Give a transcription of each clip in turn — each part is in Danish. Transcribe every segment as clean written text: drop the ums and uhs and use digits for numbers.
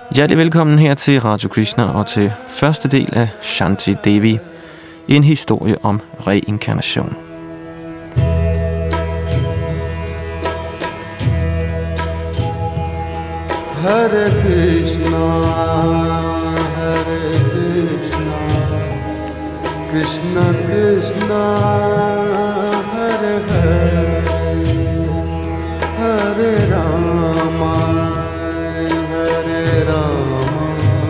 Hjertelig velkommen her til Radio Krishna og til første del af Shanti Devi, en historie om reinkarnation. Hare Krishna, Hare Krishna, Krishna Krishna, Hare Hare, Hare Rama, Hare Rama,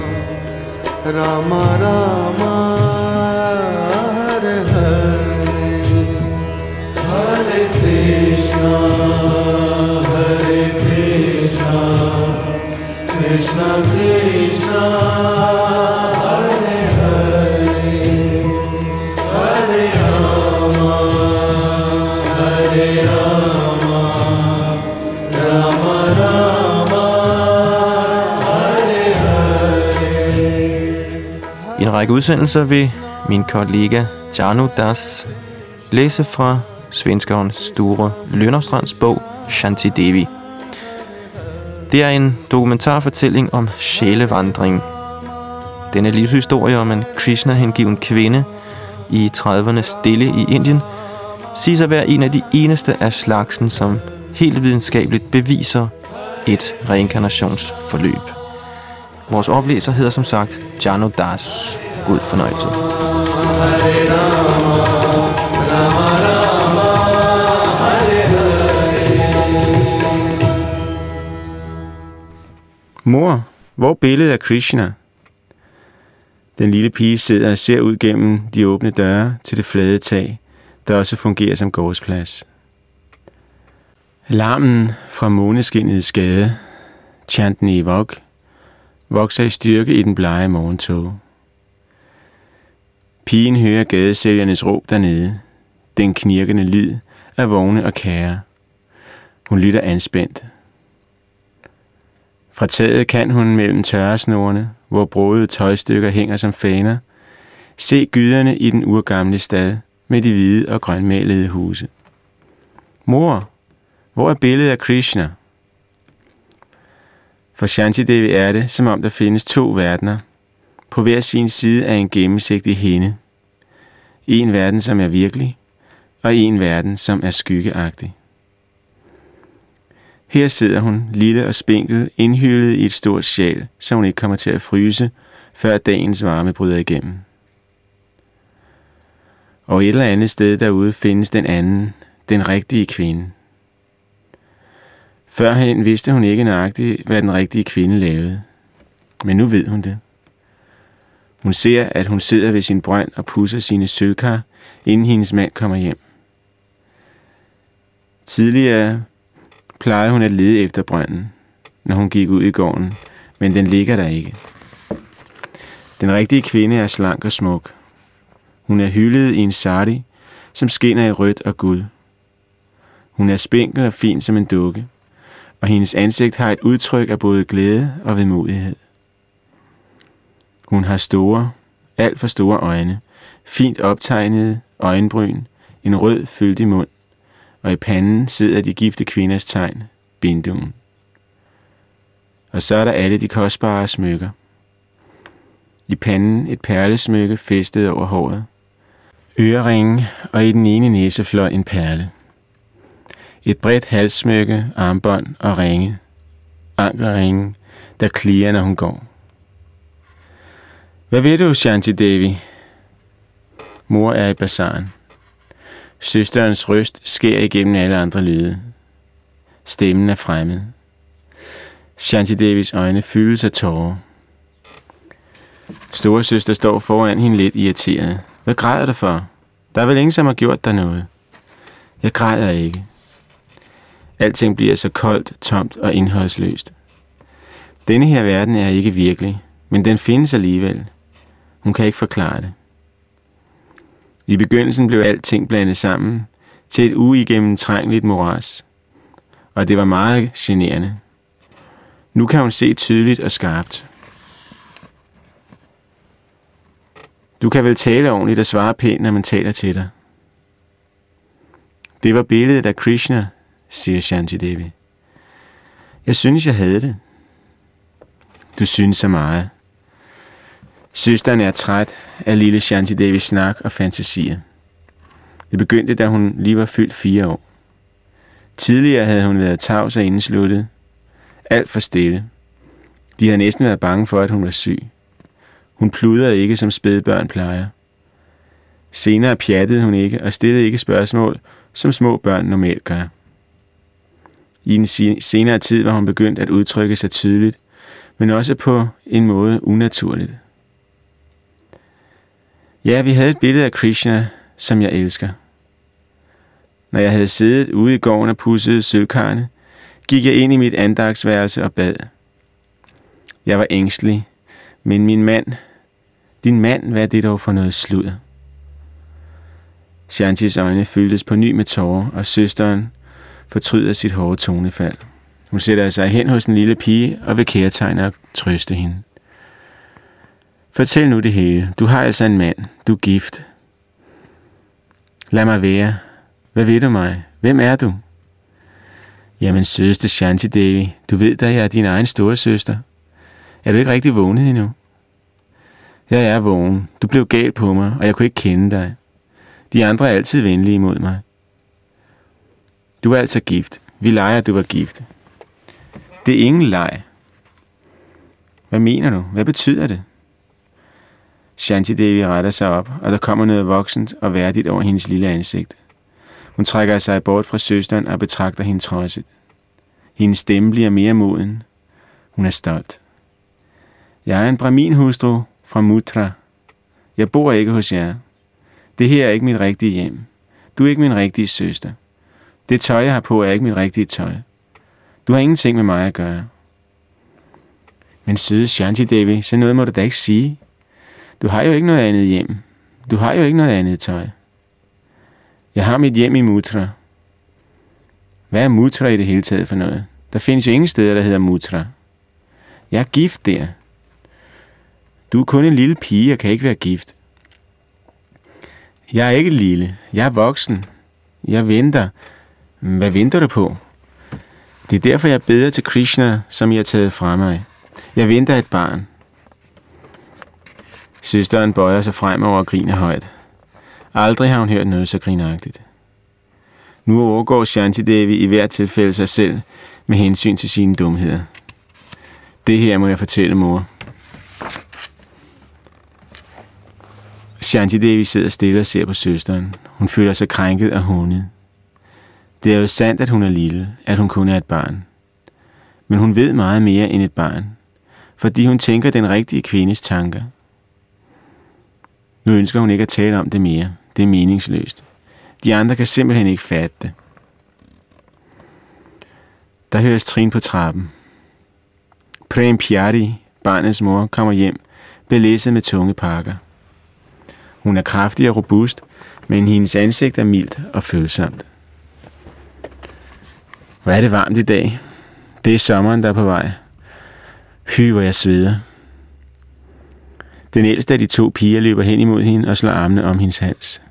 Rama Rama, Hare Hare, Hare Krishna, Hare Krishna, Krishna Krishna, Hare Hare, Hare Rama, Hare Rama, Rama Rama, Hare Hare. I en række udsendelser vil min kollega Janu Das læse fra svenskeren Sture Lønnerstrands bog Shanti Devi. Det er en dokumentarfortælling om sjælevandring. Denne livshistorie om en Krishna-hengiven kvinde i 30'erne stille i Indien siges at være en af de eneste af slagsen, som helt videnskabeligt beviser et reinkarnationsforløb. Vores oplæser hedder som sagt Janu Das. God fornøjelse. Mor, hvor er billedet af Krishna? Den lille pige sidder og ser ud gennem de åbne døre til det flade tag, der også fungerer som gårdsplads. Larmen fra måneskinnets gade, chanten i Vok, vokser i styrke i den blege morgentåge. Pigen hører gadesælgernes råb dernede, den knirkende lyd af vogne og kære. Hun lytter anspændt. Fra taget kan hun mellem tørresnorene, hvor brodede tøjstykker hænger som faner, se gyderne i den urgamle stad med de hvide og grønmalede huse. Mor, hvor er billedet af Krishna? For Shanti Devi er det, som om der findes to verdener, på hver sin side af en gennemsigtig hinde. En verden, som er virkelig, og en verden, som er skyggeagtig. Her sidder hun, lille og spinkel, indhyllet i et stort sjal, så hun ikke kommer til at fryse, før dagens varme bryder igennem. Og et eller andet sted derude findes den anden, den rigtige kvinde. Førhen vidste hun ikke nøjagtigt, hvad den rigtige kvinde lavede. Men nu ved hun det. Hun ser, at hun sidder ved sin brønd og pudser sine sølvkar, inden hendes mand kommer hjem. Tidligere plejede hun at lede efter brønden, når hun gik ud i gården, men den ligger der ikke. Den rigtige kvinde er slank og smuk. Hun er hyldet i en sari, som skinner i rødt og guld. Hun er spinkel og fin som en dukke, og hendes ansigt har et udtryk af både glæde og vemodighed. Hun har store, alt for store øjne, fint optegnede øjenbryn, en rød fyldig mund, og i panden sidder de gifte kvinders tegn, binduen. Og så er der alle de kostbare smykker. I panden et perlesmykke fæstet over håret, øreringe og i den ene næsefløj en perle. Et bredt halssmykke, armbånd og ringe, ankelringe, der klirrer, når hun går. Hvad ved du, Shanti Devi? Mor er i bazaren. Søsterens røst skærer igennem alle andre lyde. Stemmen er fremmed. Shanti Devis øjne fyldes af tårer. Storesøster står foran hende lidt irriteret. Hvad græder du for? Der er vel ingen, som har gjort dig noget. Jeg græder ikke. Alting bliver så koldt, tomt og indholdsløst. Denne her verden er ikke virkelig, men den findes alligevel. Hun kan ikke forklare det. I begyndelsen blev alting blandet sammen til et uigennemtrængeligt moras, og det var meget generende. Nu kan hun se tydeligt og skarpt. Du kan vel tale ordentligt og svare pænt, når man taler til dig. Det var billedet af Krishna, siger Shanti Devi. Jeg synes, jeg havde det. Du synes så meget. Søsteren er træt af lille Shanti Devis snak og fantasier. Det begyndte, da hun lige var fyldt 4 år. Tidligere havde hun været tavs og indesluttet. Alt for stille. De havde næsten været bange for, at hun var syg. Hun pludrede ikke, som spædbørn plejer. Senere pjattede hun ikke og stillede ikke spørgsmål, som små børn normalt gør. I en senere tid var hun begyndt at udtrykke sig tydeligt, men også på en måde unaturligt. Ja, vi havde et billede af Krishna, som jeg elsker. Når jeg havde siddet ude i gården og pudsede sølvkarne, gik jeg ind i mit andagtsværelse og bad. Jeg var ængstelig, men din mand, hvad er det dog for noget sludder? Shantis øjne fyldtes på ny med tårer, og søsteren fortryder sit hårde tonefald. Hun sætter sig hen hos den lille pige og vil kærtegne og trøste hende. Fortæl nu det hele. Du har altså en mand. Du er gift. Lad mig være. Hvad ved du mig? Hvem er du? Jamen, søster Shanti Devi, du ved da, jeg er din egen store søster. Er du ikke rigtig vågnet endnu? Jeg er vågen. Du blev gal på mig, og jeg kunne ikke kende dig. De andre er altid venlige mod mig. Du er altså gift. Vi leger, at du var gift. Det er ingen leg. Hvad mener du? Hvad betyder det? Shanti Devi retter sig op, og der kommer noget voksent og værdigt over hendes lille ansigt. Hun trækker sig bort fra søsteren og betragter hende trodset. Hendes stemme bliver mere moden. Hun er stolt. Jeg er en brahmin-hustru fra Mutra. Jeg bor ikke hos jer. Det her er ikke mit rigtige hjem. Du er ikke min rigtige søster. Det tøj, jeg har på, er ikke mit rigtige tøj. Du har ingenting med mig at gøre. Men søde Shanti Devi, så noget må du da ikke sige. Du har jo ikke noget andet hjem. Du har jo ikke noget andet tøj. Jeg har mit hjem i Mutra. Hvad er Mutra i det hele taget for noget? Der findes jo ingen steder, der hedder Mutra. Jeg er gift der. Du er kun en lille pige og kan ikke være gift. Jeg er ikke lille. Jeg er voksen. Jeg venter. Hvad venter du på? Det er derfor, jeg beder til Krishna, som jeg har taget fra mig. Jeg venter et barn. Søsteren bøjer sig fremover og griner højt. Aldrig har hun hørt noget så grinagtigt. Nu overgår Shanti Devi i hvert tilfælde sig selv med hensyn til sine dumheder. Det her må jeg fortælle, mor. Shanti Devi sidder stille og ser på søsteren. Hun føler sig krænket og hånet. Det er jo sandt, at hun er lille, at hun kun er et barn. Men hun ved meget mere end et barn, fordi hun tænker den rigtige kvindes tanker. Nu ønsker hun ikke at tale om det mere. Det er meningsløst. De andre kan simpelthen ikke fatte det. Der høres trin på trappen. Prem Pyari, barnets mor, kommer hjem, belæsset med tunge pakker. Hun er kraftig og robust, men hendes ansigt er mildt og følsomt. Hvor er det varmt i dag? Det er sommeren, der er på vej. Hvor jeg sveder. Den ældste af de 2 piger løber hen imod hende og slår armene om hendes hals.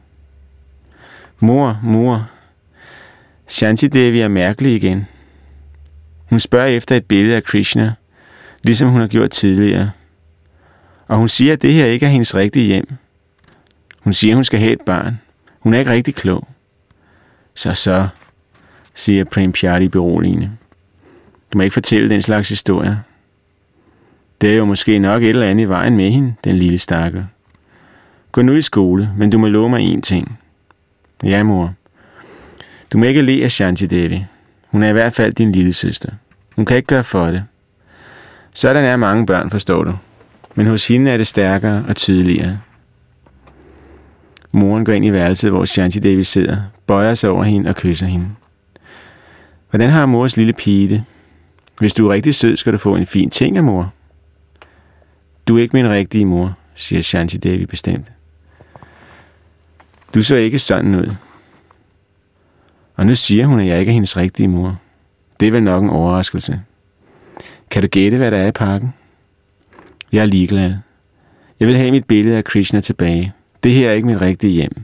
Mor. Shanti Devi er mærkelig igen. Hun spørger efter et billede af Krishna, ligesom hun har gjort tidligere. Og hun siger, at det her ikke er hendes rigtige hjem. Hun siger, at hun skal have et barn. Hun er ikke rigtig klog. Så, siger Prem Pyari beroligende. Du må ikke fortælle den slags historier. Det er jo måske nok et eller andet i vejen med hende, den lille stakkel. Gå nu i skole, men du må love mig én ting. Ja, mor. Du må ikke le af Shanti Devi. Hun er i hvert fald din lille søster. Hun kan ikke gøre for det. Sådan er mange børn, forstår du. Men hos hende er det stærkere og tydeligere. Moren går ind i værelset, hvor Shanti Devi sidder, bøjer sig over hende og kysser hende. Hvordan har mors lille pige det? Hvis du er rigtig sød, skal du få en fin ting af mor. Du er ikke min rigtige mor, siger Shanti Devi bestemt. Du så ikke sådan ud. Og nu siger hun, at jeg ikke er hendes rigtige mor. Det er vel nok en overraskelse. Kan du gætte, hvad der er i pakken? Jeg er ligeglad. Jeg vil have mit billede af Krishna tilbage. Det her er ikke mit rigtige hjem.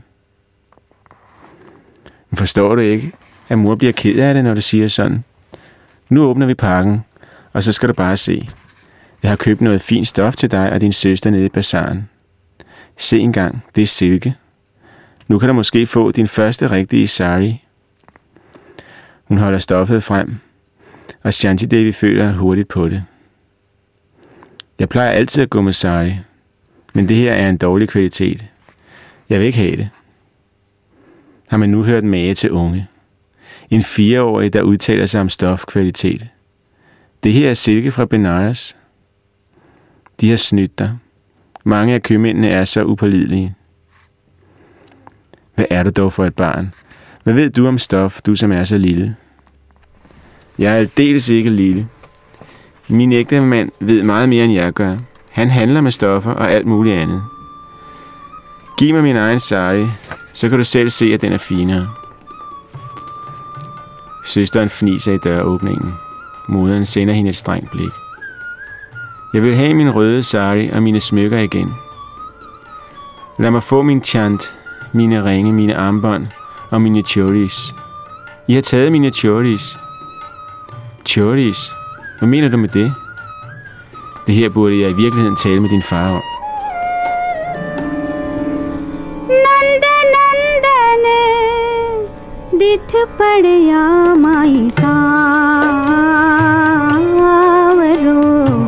Men forstår du ikke, at mor bliver ked af det, når du siger sådan? Nu åbner vi pakken, og så skal du bare se. Jeg har købt noget fint stof til dig og din søster nede i bazaren. Se engang, det er silke. Nu kan du måske få din første rigtige sari. Hun holder stoffet frem, og Shanti Devi føler hurtigt på det. Jeg plejer altid at gå med sari, men det her er en dårlig kvalitet. Jeg vil ikke have det. Har man nu hørt mage til unge? En 4-årig, der udtaler sig om stofkvalitet. Det her er silke fra Benares. De har snydt dig. Mange af købmændene er så upålidelige. Hvad er du dog for et barn? Hvad ved du om stof, du som er så lille? Jeg er aldeles ikke lille. Min ægtemand ved meget mere, end jeg gør. Han handler med stoffer og alt muligt andet. Giv mig min egen sari, så kan du selv se, at den er finere. Søsteren fniser i døråbningen. Moderen sender hende et strengt blik. Jeg vil have min røde sari og mine smykker igen. Lad mig få min chant, mine ringe, mine armbånd og mine choris. I har taget mine choris. Choris? Hvad mener du med det? Det her burde jeg i virkeligheden tale med din far om. दिठ पड़या माई सावरो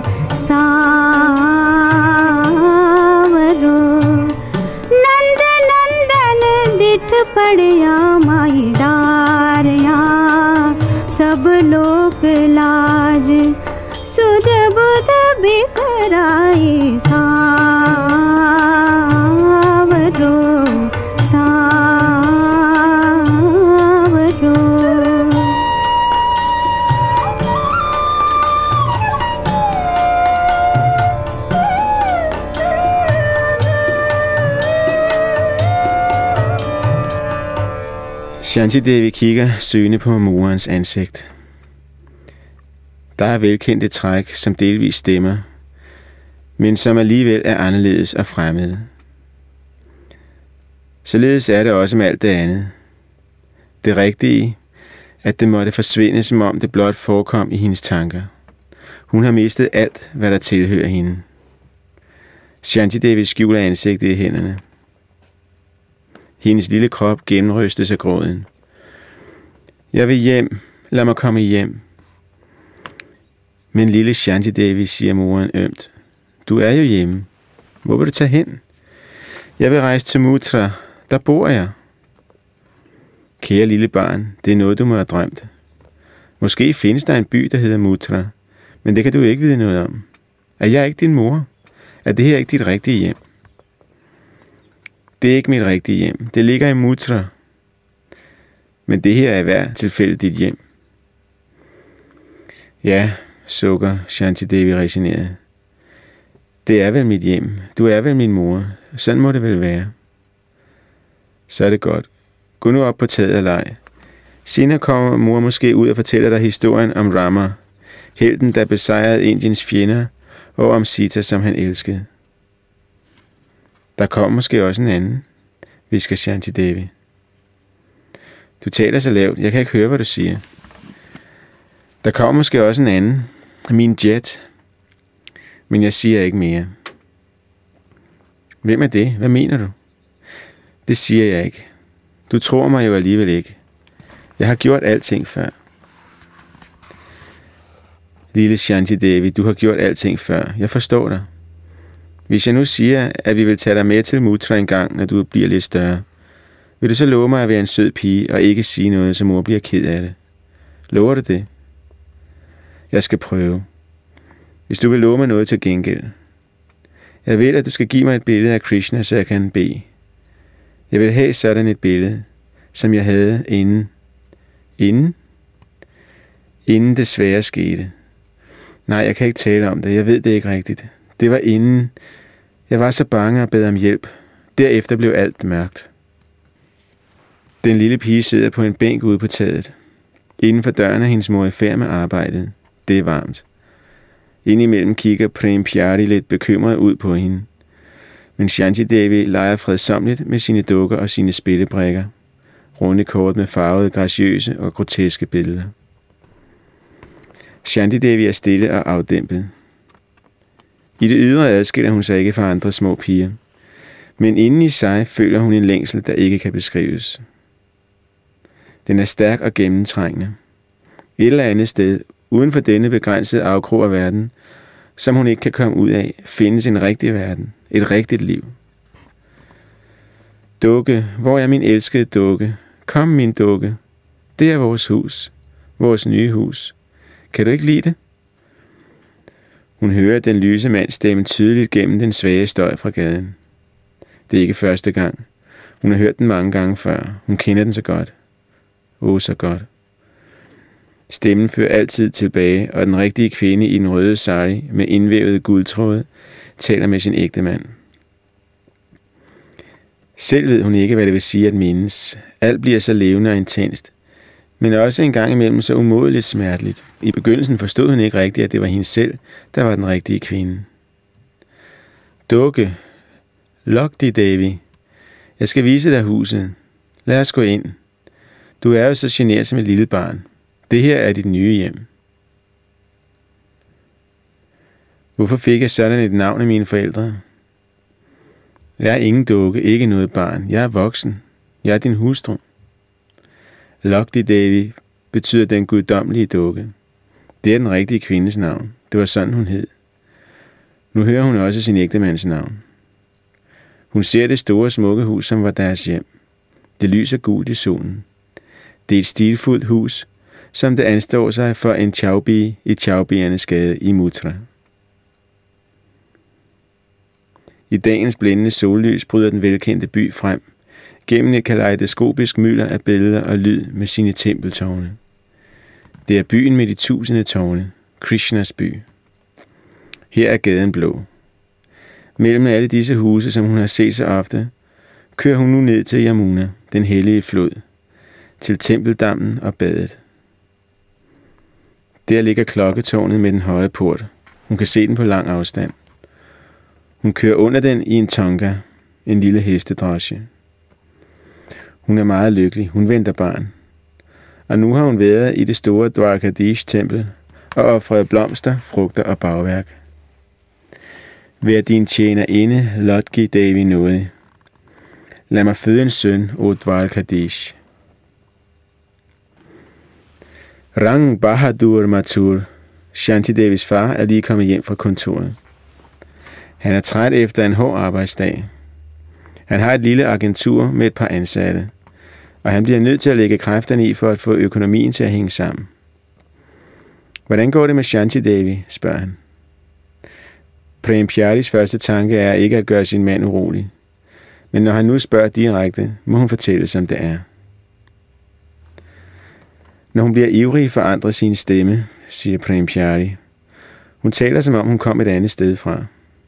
सावरो नंद नंदन दिठ पड़या माई डारया सब लोक लाज सुध बुध बिसराई सावरो Shanti Devi kigger søgende på morens ansigt. Der er velkendte træk, som delvis stemmer, men som alligevel er anderledes og fremmede. Således er det også med alt det andet. Det rigtige, at det måtte forsvinde, som om det blot forekom i hendes tanker. Hun har mistet alt, hvad der tilhører hende. Shanti Devi skjuler ansigtet i hænderne. Hendes lille krop gennemrystes af gråden. Jeg vil hjem. Lad mig komme hjem. Men lille Shanti Devi, siger moren ømt. Du er jo hjemme. Hvor vil du tage hen? Jeg vil rejse til Mutra. Der bor jeg. Kære lille barn, det er noget, du må have drømt. Måske findes der en by, der hedder Mutra, men det kan du ikke vide noget om. Er jeg ikke din mor? Er det her ikke dit rigtige hjem? Det er ikke mit rigtige hjem. Det ligger i Mutra. Men det her er i hvert tilfælde dit hjem. Ja, sukker Shanti Devi resigneret. Det er vel mit hjem. Du er vel min mor. Sådan må det vel være. Så er det godt. Gå nu op på taget og leg. Senere kommer mor måske ud og fortæller dig historien om Rama, helten, der besejrede Indiens fjender, og om Sita, som han elskede. Der kommer måske også en anden, hvisker Shanti Devi. Du taler så lavt, jeg kan ikke høre, hvad du siger. Der kommer måske også en anden, min jet, men jeg siger ikke mere. Hvem er det? Hvad mener du? Det siger jeg ikke. Du tror mig jo alligevel ikke. Jeg har gjort alting før. Lille Shanti Devi, du har gjort alting før. Jeg forstår dig. Hvis jeg nu siger, at vi vil tage dig med til Mutra en gang, når du bliver lidt større, vil du så love mig at være en sød pige og ikke sige noget, så mor bliver ked af det? Lover du det? Jeg skal prøve. Hvis du vil love mig noget til gengæld. Jeg vil, at du skal give mig et billede af Krishna, så jeg kan bede. Jeg vil have sådan et billede, som jeg havde inden. Inden det svære skete. Nej, jeg kan ikke tale om det. Jeg ved det ikke rigtigt. Det var inden. Jeg var så bange og bad om hjælp. Derefter blev alt mørkt. Den lille pige sidder på en bænk ude på taget. Inden for døren er hendes mor i færd med arbejdet. Det er varmt. Indimellem kigger Prem Pyari lidt bekymret ud på hende. Men Shanti Devi leger fredsomligt med sine dukker og sine spillebrikker. Runde kort med farvede, graciøse og groteske billeder. Shanti Devi er stille og afdæmpet. I det ydre adskiller hun sig ikke fra andre små piger, men inden i sig føler hun en længsel, der ikke kan beskrives. Den er stærk og gennemtrængende. Et eller andet sted, uden for denne begrænsede afkrog af verden, som hun ikke kan komme ud af, findes en rigtig verden, et rigtigt liv. Dukke, hvor er min elskede dukke? Kom, min dukke. Det er vores hus, vores nye hus. Kan du ikke lide det? Hun hører den lyse mands stemme tydeligt gennem den svage støj fra gaden. Det er ikke første gang. Hun har hørt den mange gange før. Hun kender den så godt. Så godt. Stemmen fører altid tilbage, og den rigtige kvinde i den røde sari med indvævede guldtråde taler med sin ægte mand. Selv ved hun ikke, hvad det vil sige at mindes. Alt bliver så levende og intenst, men også en gang imellem så umådeligt smerteligt. I begyndelsen forstod hun ikke rigtigt, at det var hende selv, der var den rigtige kvinde. Dukke, luk dig, Davy. Jeg skal vise dig huset. Lad os gå ind. Du er jo så genert som et lille barn. Det her er dit nye hjem. Hvorfor fik jeg sådan et navn af mine forældre? Jeg er ingen dukke, ikke noget barn. Jeg er voksen. Jeg er din hustru. Lokdi Devi betyder den guddommelige dukke. Det er den rigtige kvindes navn. Det var sådan, hun hed. Nu hører hun også sin ægtemands navn. Hun ser det store, smukke hus, som var deres hjem. Det lyser gult i solen. Det er et stilfuldt hus, som det anstår sig for en chaubi i chaubiernes gade i Mutra. I dagens blændende sollys bryder den velkendte by frem, gennem et kaleidoskopisk mylder af billeder og lyd med sine tempeltårne. Det er byen med de 1000 tårne, Krishnas by. Her er gaden blå. Mellem alle disse huse, som hun har set så ofte, kører hun nu ned til Yamuna, den hellige flod, til tempeldammen og badet. Der ligger klokketårnet med den høje port. Hun kan se den på lang afstand. Hun kører under den i en tonga, en lille hestedrasje. Hun er meget lykkelig. Hun venter barn. Og nu har hun været i det store Dwarkadish-tempel og offret blomster, frugter og bagværk. Vær din tjenerinde, Lotki Devi nåde. Lad mig føde en søn, o Dwarkadish. Rang Bahadur Mathur, Shanti Devis far, er lige kommet hjem fra kontoret. Han er træt efter en hård arbejdsdag. Han har et lille agentur med et par ansatte, og han bliver nødt til at lægge kræfterne i for at få økonomien til at hænge sammen. Hvordan går det med Shanti Devi, spørger han. Prem Pyaris første tanke er ikke at gøre sin mand urolig, men når han nu spørger direkte, må hun fortælle, som det er. Når hun bliver ivrig, forandrer sin stemme, siger Prem Pyari. Hun taler, som om hun kom et andet sted fra.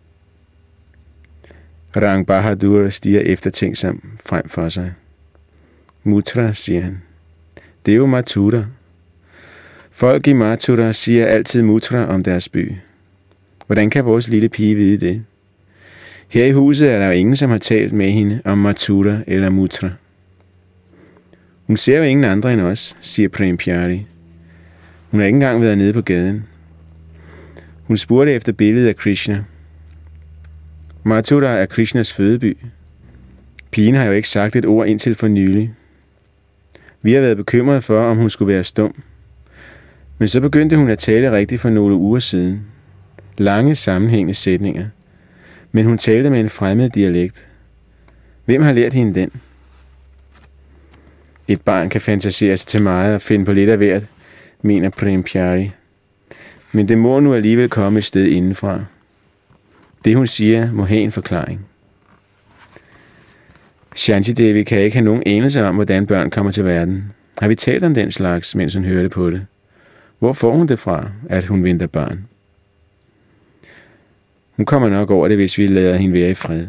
Rang Bahadur stiger eftertænksom frem for sig. Mutra, siger han. Det er jo Mathura. Folk i Mathura siger altid Mutra om deres by. Hvordan kan vores lille pige vide det? Her i huset er der jo ingen, som har talt med hende om Mathura eller Mutra. Hun ser jo ingen andre end os, siger Prem Pyari. Hun har ikke engang været nede på gaden. Hun spurgte efter billedet af Krishna. Mathura er Krishnas fødeby. Pigen har jo ikke sagt et ord indtil for nylig. Vi har været bekymrede for, om hun skulle være stum. Men så begyndte hun at tale rigtigt for nogle uger siden. Lange sammenhængende sætninger. Men hun talte med en fremmed dialekt. Hvem har lært hende den? Et barn kan fantasere sig til meget og finde på lidt af hvert, mener Prem Pyari. Men det må nu alligevel komme et sted indenfra. Det hun siger må have en forklaring. Shanti Devi kan ikke have nogen anelse om, hvordan børn kommer til verden. Har vi talt om den slags, mens hun hørte på det? Hvor får hun det fra, at hun venter barn? Hun kommer nok over det, hvis vi lader hende være i fred.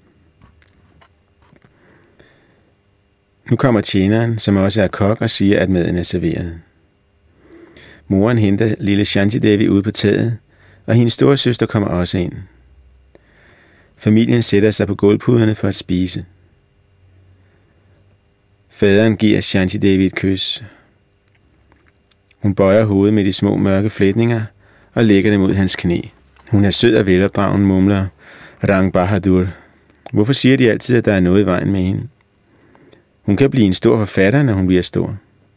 Nu kommer tjeneren, som også er kok, og siger, at maden er serveret. Moren henter lille Shanti Devi ude på taget, og hendes store søster kommer også ind. Familien sætter sig på gulvpuderne for at spise. Faderen giver Shanti Devi et kys. Hun bøjer hovedet med de små mørke flætninger og lægger det mod hans knæ. Hun er sød og velopdragen, mumler Rang Bahadur. Hvorfor siger de altid, at der er noget i vejen med hende? Hun kan blive en stor forfatter, når hun bliver stor.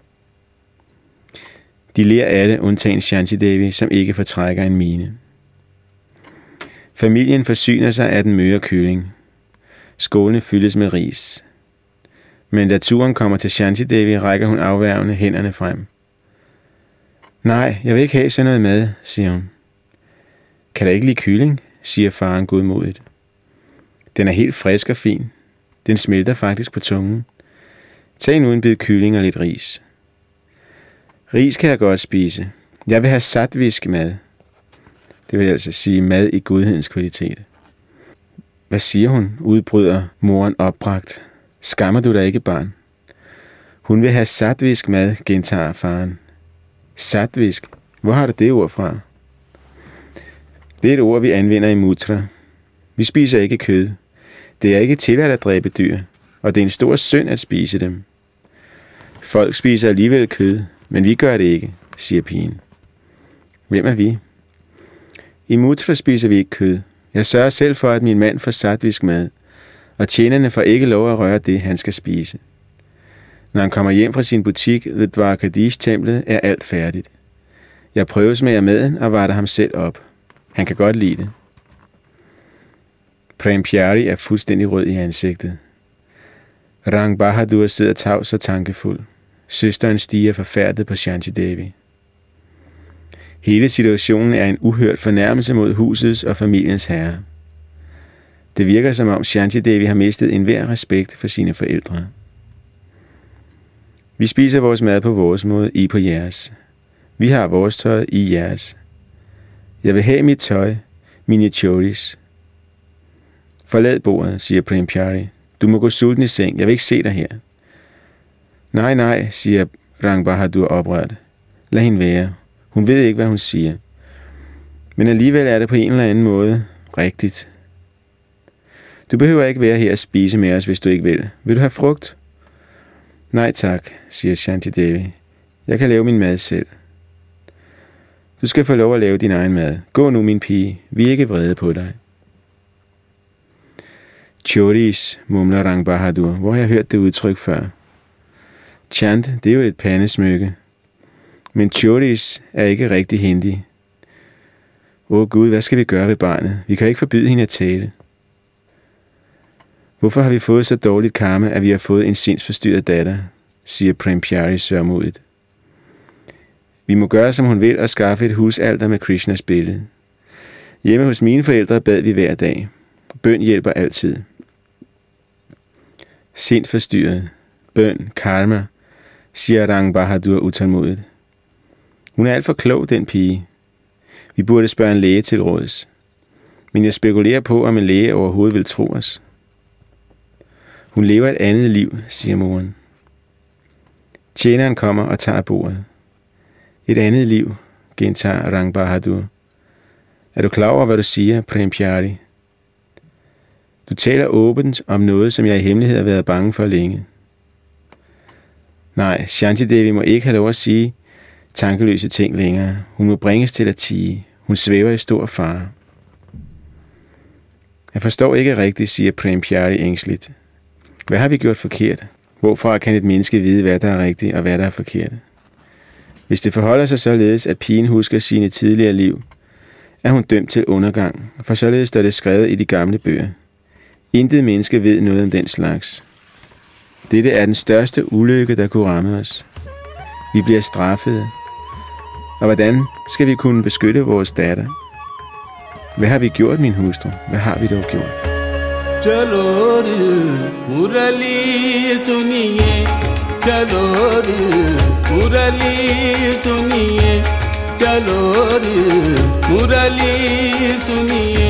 De ler alle, undtagen Shanti Devi, som ikke fortrækker en mine. Familien forsyner sig af den møre kylling. Skålene fyldes med ris. Men da turen kommer til Shanti Devi, rækker hun afværgende hænderne frem. Nej, jeg vil ikke have sådan noget mad, siger hun. Kan der ikke lide kylling, siger faren godmodigt. Den er helt frisk og fin. Den smelter faktisk på tungen. Tag nu en bid kylling og lidt ris. Ris kan jeg godt spise. Jeg vil have satvisk mad. Det vil altså sige mad i godhedens kvalitet. Hvad siger hun? Udbryder moren opbragt. Skammer du dig ikke, barn? Hun vil have satvisk mad, gentager faren. Satvisk? Hvor har du det ord fra? Det er et ord, vi anvender i Mutra. Vi spiser ikke kød. Det er ikke tilladt at dræbe dyr, og det er en stor synd at spise dem. Folk spiser alligevel kød, men vi gør det ikke, siger pigen. Hvem er vi? I Mutra spiser vi ikke kød. Jeg sørger selv for, at min mand får satvisk mad, og tjenerne får ikke lov at røre det, han skal spise. Når han kommer hjem fra sin butik ved Dwarkadish-templet, er alt færdigt. Jeg prøvesmager maden og varter ham selv op. Han kan godt lide det. Prem Pyari er fuldstændig rød i ansigtet. Rang Bahadur sidder tavs og tankefuld. Søsteren stiger forfærdet på Shanti Devi. Hele situationen er en uhørt fornærmelse mod husets og familiens herre. Det virker som om Shanti Devi har mistet enhver respekt for sine forældre. Vi spiser vores mad på vores måde, I på jeres. Vi har vores tøj, I jeres. Jeg vil have mit tøj, mine choris. Forlad bordet, siger Prem Pyari. Du må gå sulten i seng, jeg vil ikke se dig her. Nej, nej, siger Rang Bahadur oprørt. Lad hende være. Hun ved ikke, hvad hun siger. Men alligevel er det på en eller anden måde rigtigt. Du behøver ikke være her og spise med os, hvis du ikke vil. Vil du have frugt? Nej tak, siger Shanti Devi. Jeg kan lave min mad selv. Du skal få lov at lave din egen mad. Gå nu, min pige. Vi er ikke vrede på dig. Choris, mumler Rang Bahadur. Hvor har jeg hørt det udtryk før? Chant, det er jo et pandesmykke. Men choris er ikke rigtig hindi. Åh Gud, hvad skal vi gøre ved barnet? Vi kan ikke forbyde hende at tale. Hvorfor har vi fået så dårligt karma, at vi har fået en sindsforstyrret datter, siger Prem Pyari sørmodigt. Vi må gøre, som hun vil, og skaffe et husalter med Krishnas billede. Hjemme hos mine forældre bad vi hver dag. Bøn hjælper altid. Sindsforstyrret. Bøn, karma, siger Rang Bahadur utålmodigt. Hun er alt for klog, den pige. Vi burde spørge en læge til råds. Men jeg spekulerer på, om en læge overhovedet vil tro os. Hun lever et andet liv, siger moren. Tjeneren kommer og tager bordet. Et andet liv, gentager Rang Bahadur. Er du klar over, hvad du siger, Prem Pyari? Du taler åbent om noget, som jeg i hemmelighed har været bange for længe. Nej, Shanti Devi må ikke have lov at sige tankeløse ting længere. Hun må bringes til at tie. Hun svæver i stor fare. Jeg forstår ikke rigtigt, siger Prem Pyari ængsteligt. Hvad har vi gjort forkert? Hvorfra kan et menneske vide, hvad der er rigtigt og hvad der er forkert? Hvis det forholder sig således, at pigen husker sine tidligere liv, er hun dømt til undergang, for således står det skrevet i de gamle bøger. Intet menneske ved noget om den slags. Dette er den største ulykke, der kunne ramme os. Vi bliver straffede. Og hvordan skal vi kunne beskytte vores datter? Hvad har vi gjort, min hustru? Hvad har vi dog gjort? Chalo re murali suniye, chalo re murali suniye, chalo re murali suniye.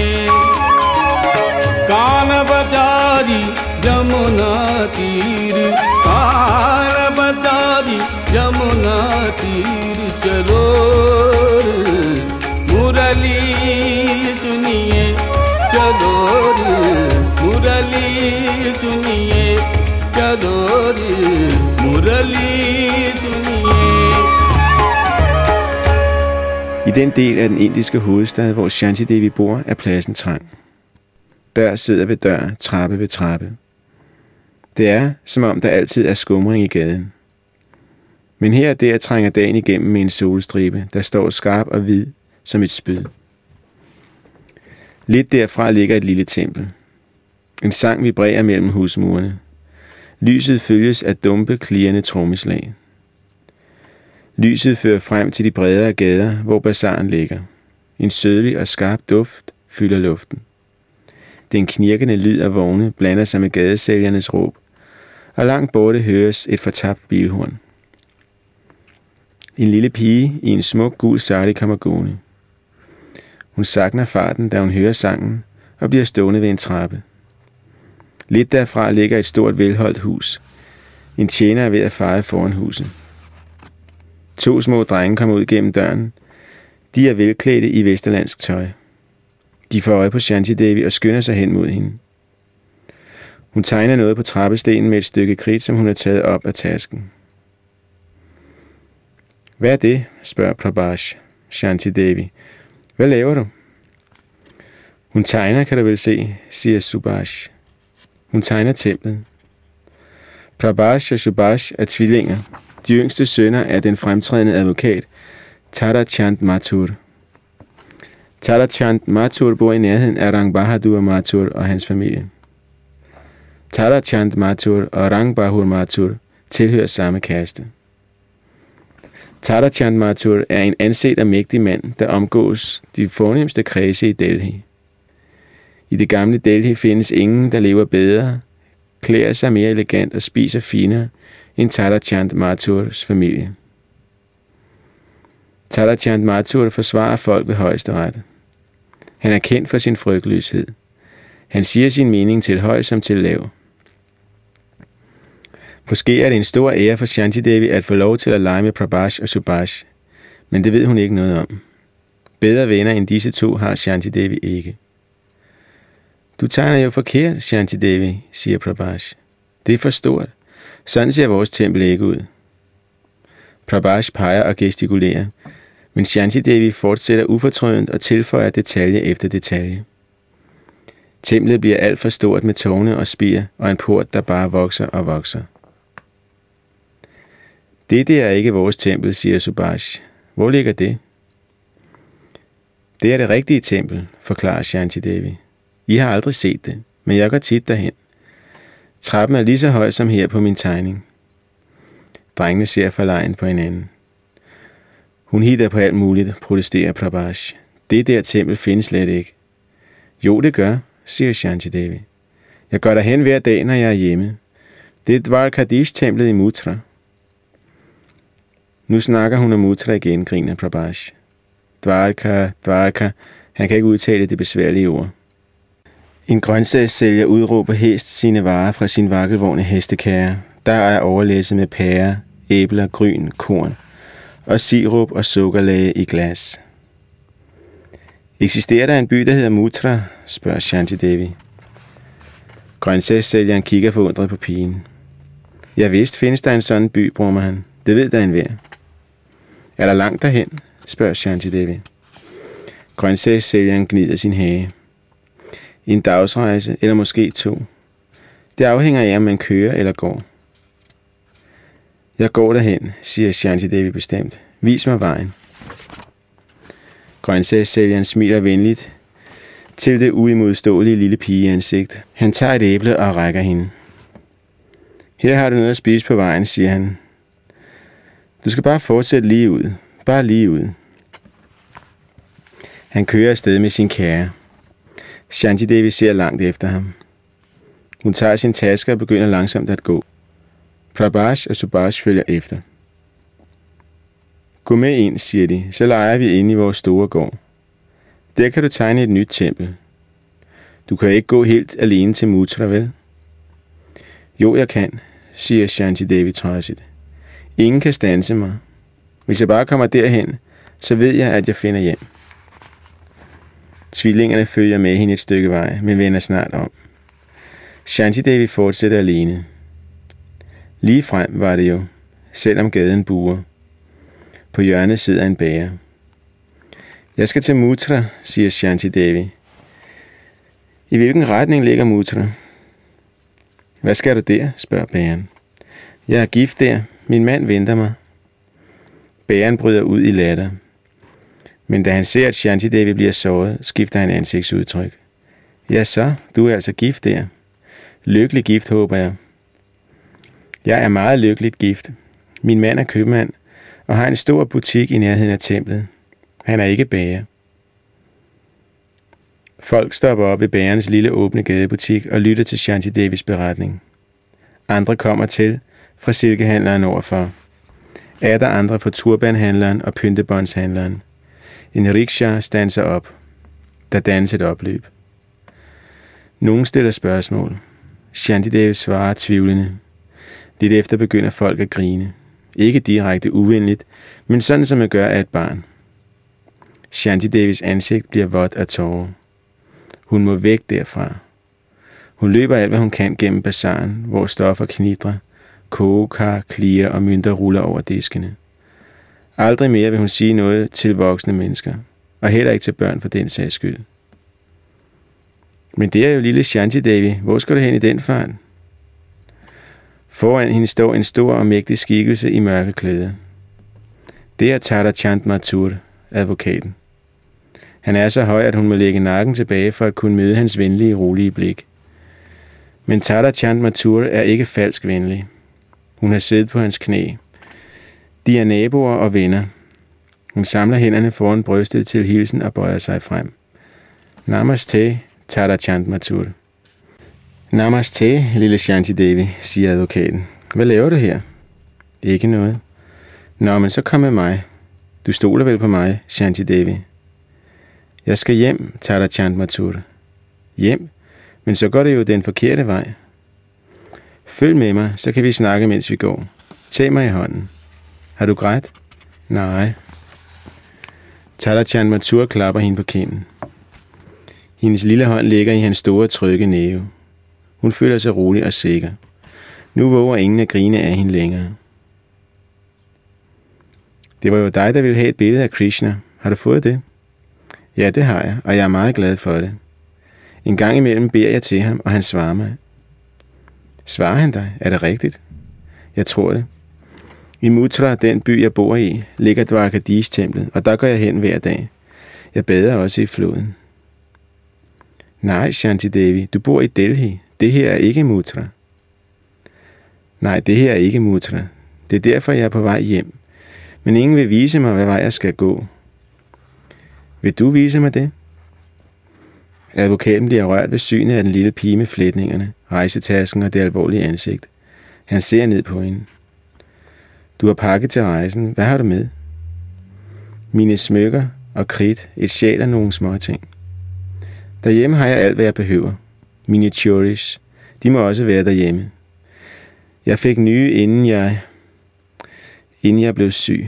Kana bajari jamuna tir, kana bajari jamuna tir, chalo re murali suniye. चलो रे मुरली सुनिए चलो रे मुरली सुनिए. I den del af den indiske hovedstad, hvor Shanti Devi bor, er pladsen trang. Dør sidder ved dør, trappe ved trappe. Det er, som om der altid er skumring i gaden. Men her og der trænger dagen igennem med en solstribe, der står skarp og hvid som et spyd. Lidt derfra ligger et lille tempel. En sang vibrerer mellem husmurene. Lyset følges af dumpe, klirrende trommeslag. Lyset fører frem til de bredere gader, hvor bazaren ligger. En sødlig og skarp duft fylder luften. Den knirkende lyd af vogne blander sig med gadesælgernes råb, og langt borte høres et fortabt bilhorn. En lille pige i en smuk gul sari kommer gående. Hun sakner farten, da hun hører sangen, og bliver stående ved en trappe. Lidt derfra ligger et stort velholdt hus. En tjener er ved at feje foran huset. 2 små drenge kommer ud gennem døren. De er velklædte i vesterlandsk tøj. De får øje på Shanti Devi og skynder sig hen mod hende. Hun tegner noget på trappestenen med et stykke kridt, som hun har taget op af tasken. Hvad er det? Spørger Prabhash Shanti Devi. Hvad laver du? Hun tegner, kan du vel se, siger Subhash. Hun tegner templet. Prabhash og Subhash er tvillinger. De yngste sønner er den fremtrædende advokat Tara Chand Mathur. Tara Chand Mathur bor i nærheden af Rang Bahadur Mathur og hans familie. Tara Chand Mathur og Rang Bahadur Mathur tilhører samme kaste. Tara Chand Mathur er en anset og mægtig mand, der omgås de fornemste kredse i Delhi. I det gamle Delhi findes ingen, der lever bedre, klæder sig mere elegant og spiser finere end Tara Chand Mathurs familie. Tara Chand Mathur forsvarer folk ved højesteret. Han er kendt for sin frygtløshed. Han siger sin mening til høj som til lav. Måske er det en stor ære for Shanti Devi at få lov til at lege med Prabhash og Subhash, men det ved hun ikke noget om. Bedre venner end disse 2 har Shanti Devi ikke. Du tegner jo forkert, Shanti Devi, siger Prabhash. Det er for stort. Sådan ser vores tempel ikke ud. Prabhash peger og gestikulerer, men Shanti Devi fortsætter ufortrødent og tilføjer detalje efter detalje. Templet bliver alt for stort med tårne og spir og en port, der bare vokser og vokser. Det er ikke vores tempel, siger Subhash. Hvor ligger det? Det er det rigtige tempel, forklarer Shanti Devi. I har aldrig set det, men jeg går tit derhen. Trappen er lige så høj som her på min tegning. Drengene ser forlegen på hinanden. Hun hitter på alt muligt, protesterer Prabhash. Det der tempel findes slet ikke. Jo, det gør, siger Shanti Devi. Jeg går derhen hver dag, når jeg er hjemme. Det er Dwarkadish-templet i Mutra. Nu snakker hun om Mutra igen, griner Prabhash. Dwarka. Han kan ikke udtale det besværlige ord. En grøntsagssælger udråber hæst sine varer fra sin vakkelvogne hestekære. Der er overlæsset med pærer, æbler, gryn, korn og sirup og sukkerlage i glas. Eksisterer der en by, der hedder Mutra? Spørger Shanti Devi. Grøntsagssælgeren kigger forundret på pigen. Ja, vist findes der en sådan by, brummer han. Det ved der enhver. Er der langt derhen? Spørger Shanti Devi. Grøntsagssælgeren gnider sin hage. En dagsrejse, eller måske 2. Det afhænger af, om man kører eller går. Jeg går derhen, siger Shanti Devi bestemt. Vis mig vejen. Grøntsagssælgeren smiler venligt til det uimodståelige lille pigeansigt. Han tager et æble og rækker hende. Her har du noget at spise på vejen, siger han. Du skal bare fortsætte lige ud. Bare lige ud. Han kører afsted med sin kære. Shanti Devi ser langt efter ham. Hun tager sin taske og begynder langsomt at gå. Prabhash og Subhash følger efter. Gå med ind, siger de, så leger vi inde i vores store gård. Der kan du tegne et nyt tempel. Du kan ikke gå helt alene til Mutra, vel? Jo, jeg kan, siger Shanti Devi tøjsigt. Ingen kan standse mig. Hvis jeg bare kommer derhen, så ved jeg, at jeg finder hjem. Tvillingerne følger med hende et stykke vej, men vender snart om. Shanti Devi fortsætter alene. Lige frem var det jo, selvom gaden buer. På hjørnet sidder en bager. Jeg skal til Mutra, siger Shanti Devi. I hvilken retning ligger Mutra? Hvad skal du der, spørger bæren. Jeg er gift der. Min mand venter mig. Bæren bryder ud i latter. Men da han ser, at Shanti Devi bliver såret, skifter han ansigtsudtryk. Ja så, du er altså gift der. Lykkelig gift, håber jeg. Jeg er meget lykkeligt gift. Min mand er købmand og har en stor butik i nærheden af templet. Han er ikke bager. Folk stopper op ved bagerens lille åbne gadebutik og lytter til Shanti Devis beretning. Andre kommer til fra silkehandleren overfor. Atter andre fra turbanhandleren og pyntebåndshandleren. En rickshaw standser op. Der dannes et opløb. Nogen stiller spørgsmål. Shanti Devi svarer tvivlende. Lidt efter begynder folk at grine. Ikke direkte uvenligt, men sådan som man gør af et barn. Shanti Devis ansigt bliver vådt af tårer. Hun må væk derfra. Hun løber alt, hvad hun kan gennem bazaren, hvor stoffer knitrer, kogekar, klier og mønter ruller over diskene. Aldrig mere vil hun sige noget til voksne mennesker, og heller ikke til børn for den sags skyld. Men det er jo lille Shanti Devi. Hvor skal du hen i den fart? Foran hende står en stor og mægtig skikkelse i mørke klæder. Det er Tara Chand Mathur, advokaten. Han er så høj, at hun må lægge nakken tilbage for at kunne møde hans venlige, rolige blik. Men Tara Chand Mathur er ikke falsk venlig. Hun har siddet på hans knæ. De er naboer og venner. Hun samler hænderne foran brystet til hilsen og bøjer sig frem. Namaste, Tara Chand Mathur. Namaste, lille Shanti Devi, siger advokaten. Hvad laver du her? Ikke noget. Nå, men så kom med mig. Du stoler vel på mig, Shanti Devi? Jeg skal hjem, Tara Chand Mathur. Hjem? Men så går det jo den forkerte vej. Følg med mig, så kan vi snakke, mens vi går. Tag mig i hånden. Har du grædt? Nej. Tara Chand Mathur klapper hende på kinden. Hendes lille hånd ligger i hans store, trygge næve. Hun føler sig rolig og sikker. Nu våger ingen at grine af hende længere. Det var jo dig, der ville have et billede af Krishna. Har du fået det? Ja, det har jeg, og jeg er meget glad for det. En gang imellem beder jeg til ham, og han svarer mig. Svarer han dig? Er det rigtigt? Jeg tror det. I Mutra, den by jeg bor i, ligger Dwarkadish-templet, og der går jeg hen hver dag. Jeg bader også i floden. Nej, Shanti Devi, du bor i Delhi. Det her er ikke Mutra. Nej, det her er ikke Mutra. Det er derfor, jeg er på vej hjem. Men ingen vil vise mig, hvad vej jeg skal gå. Vil du vise mig det? Advokaten bliver rørt ved synet af den lille pige med flætningerne, rejsetasken og det alvorlige ansigt. Han ser ned på hende. Du har pakket til rejsen. Hvad har du med? Mine smykker og kridt, et sjæl og nogle små ting. Derhjemme har jeg alt, hvad jeg behøver. Mine choris, de må også være derhjemme. Jeg fik nye, inden jeg blev syg.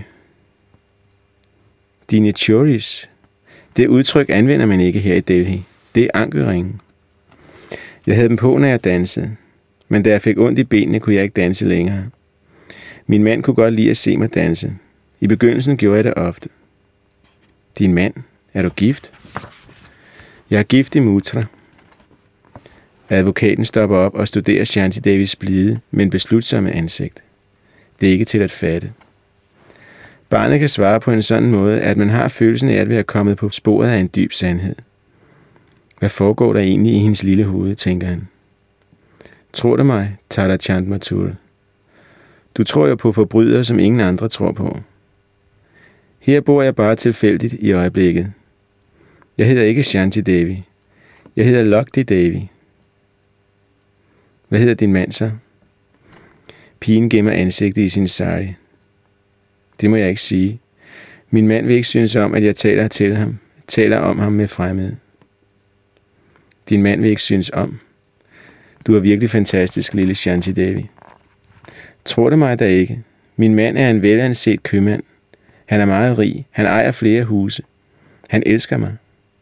Dine choris, det udtryk anvender man ikke her i Delhi. Det er ankelringen. Jeg havde dem på, når jeg dansede. Men da jeg fik ondt i benene, kunne jeg ikke danse længere. Min mand kunne godt lide at se mig danse. I begyndelsen gjorde jeg det ofte. Din mand, er du gift? Jeg er gift i Mutra. Advokaten stopper op og studerer Shanti Devis blide, men beslutsomme ansigt. Det er ikke til at fatte. Barnet kan svare på en sådan måde, at man har følelsen af at være kommet på sporet af en dyb sandhed. Hvad foregår der egentlig i hendes lille hoved, tænker han. Tror du mig, Tara Chand Mathur? Du tror jo på forbrydere, som ingen andre tror på. Her bor jeg bare tilfældigt i øjeblikket. Jeg hedder ikke Shanti Devi. Jeg hedder Lokti Devi. Hvad hedder din mand så? Pigen gemmer ansigtet i sin sari. Det må jeg ikke sige. Min mand vil ikke synes om, at jeg taler om ham med fremmede. Din mand vil ikke synes om. Du er virkelig fantastisk, lille Shanti Devi. Tror du mig da ikke? Min mand er en velanset købmand. Han er meget rig. Han ejer flere huse. Han elsker mig.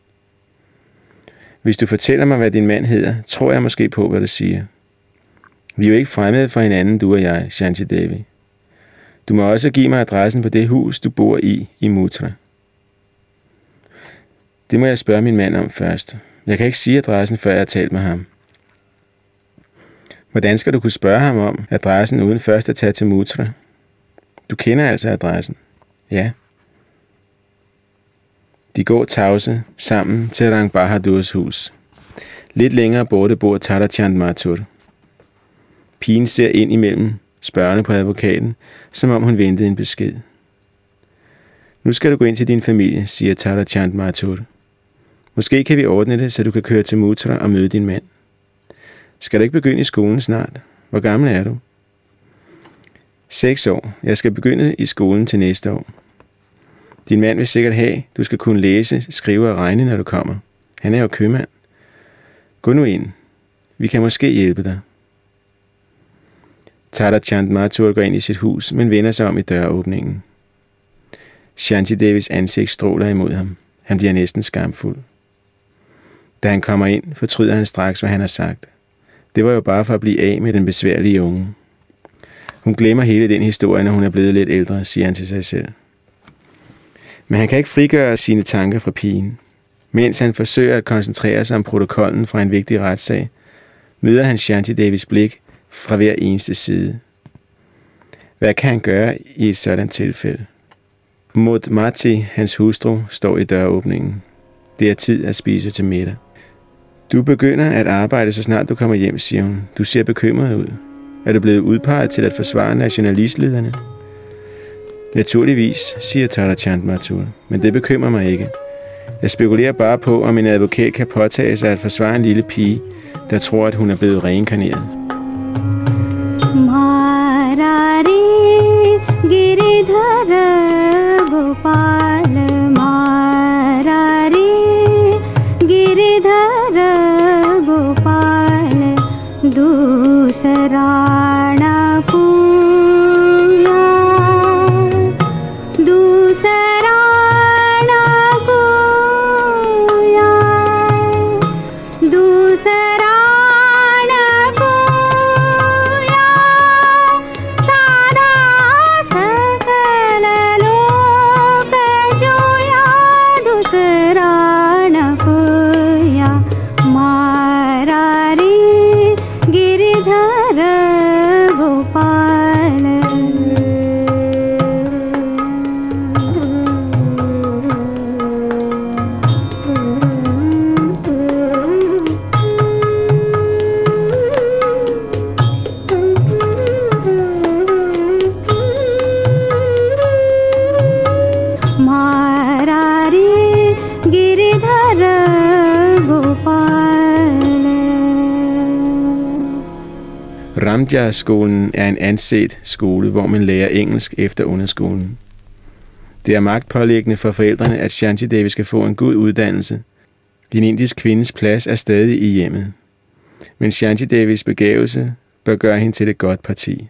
Hvis du fortæller mig, hvad din mand hedder, tror jeg måske på, hvad du siger. Vi er jo ikke fremmede for hinanden, du og jeg, Shanti Devi. Du må også give mig adressen på det hus, du bor i Mutra. Det må jeg spørge min mand om først. Jeg kan ikke sige adressen, før jeg har talt med ham. Hvordan skal du kunne spørge ham om adressen, uden først at tage til Mutra? Du kender altså adressen. Ja. De går tavse sammen til Rang Bahadurs hus. Lidt længere borte bor Tarachand Mathur. Pigen ser ind imellem, spørgende på advokaten, som om hun ventede en besked. Nu skal du gå ind til din familie, siger Tarachand Mathur. Måske kan vi ordne det, så du kan køre til Mutra og møde din mand. Skal du ikke begynde i skolen snart? Hvor gammel er du? 6 år. Jeg skal begynde i skolen til næste år. Din mand vil sikkert have, du skal kunne læse, skrive og regne, når du kommer. Han er jo købmand. Gå nu ind. Vi kan måske hjælpe dig. Tarachand Mathur går ind i sit hus, men vender sig om i døråbningen. Shanti Devis ansigt stråler imod ham. Han bliver næsten skamfuld. Da han kommer ind, fortryder han straks, hvad han har sagt. Det var jo bare for at blive af med den besværlige unge. Hun glemmer hele den historie, når hun er blevet lidt ældre, siger han til sig selv. Men han kan ikke frigøre sine tanker fra pigen. Mens han forsøger at koncentrere sig om protokollen fra en vigtig retssag, møder han Shanti Devis blik fra hver eneste side. Hvad kan han gøre i et sådan tilfælde? Modmati, hans hustru, står i døråbningen. Det er tid at spise til middag. Du begynder at arbejde, så snart du kommer hjem, siger hun. Du ser bekymret ud. Er du blevet udpeget til at forsvare nationalistlederne? Naturligvis, siger Tarachand Mathur, men det bekymrer mig ikke. Jeg spekulerer bare på, om en advokat kan påtage sig at forsvare en lille pige, der tror, at hun er blevet reinkarneret. Marari Giridhar Gopal Marari Giridhar Gopal Dusarana Kuya Dusarana Kuya Dusarana Kuya Sada Sakala Loka Joya Dusarana Kuya Marari Giridhar Gopal Marari Giridhar Gopal. Ramjas-skolen er en anset skole, hvor man lærer engelsk efter underskolen. Det er magtpåliggende for forældrene, at Shanti Devi skal få en god uddannelse. En indisk kvindes plads er stadig i hjemmet. Men Shanti Devis begævelse bør gøre hende til et godt parti.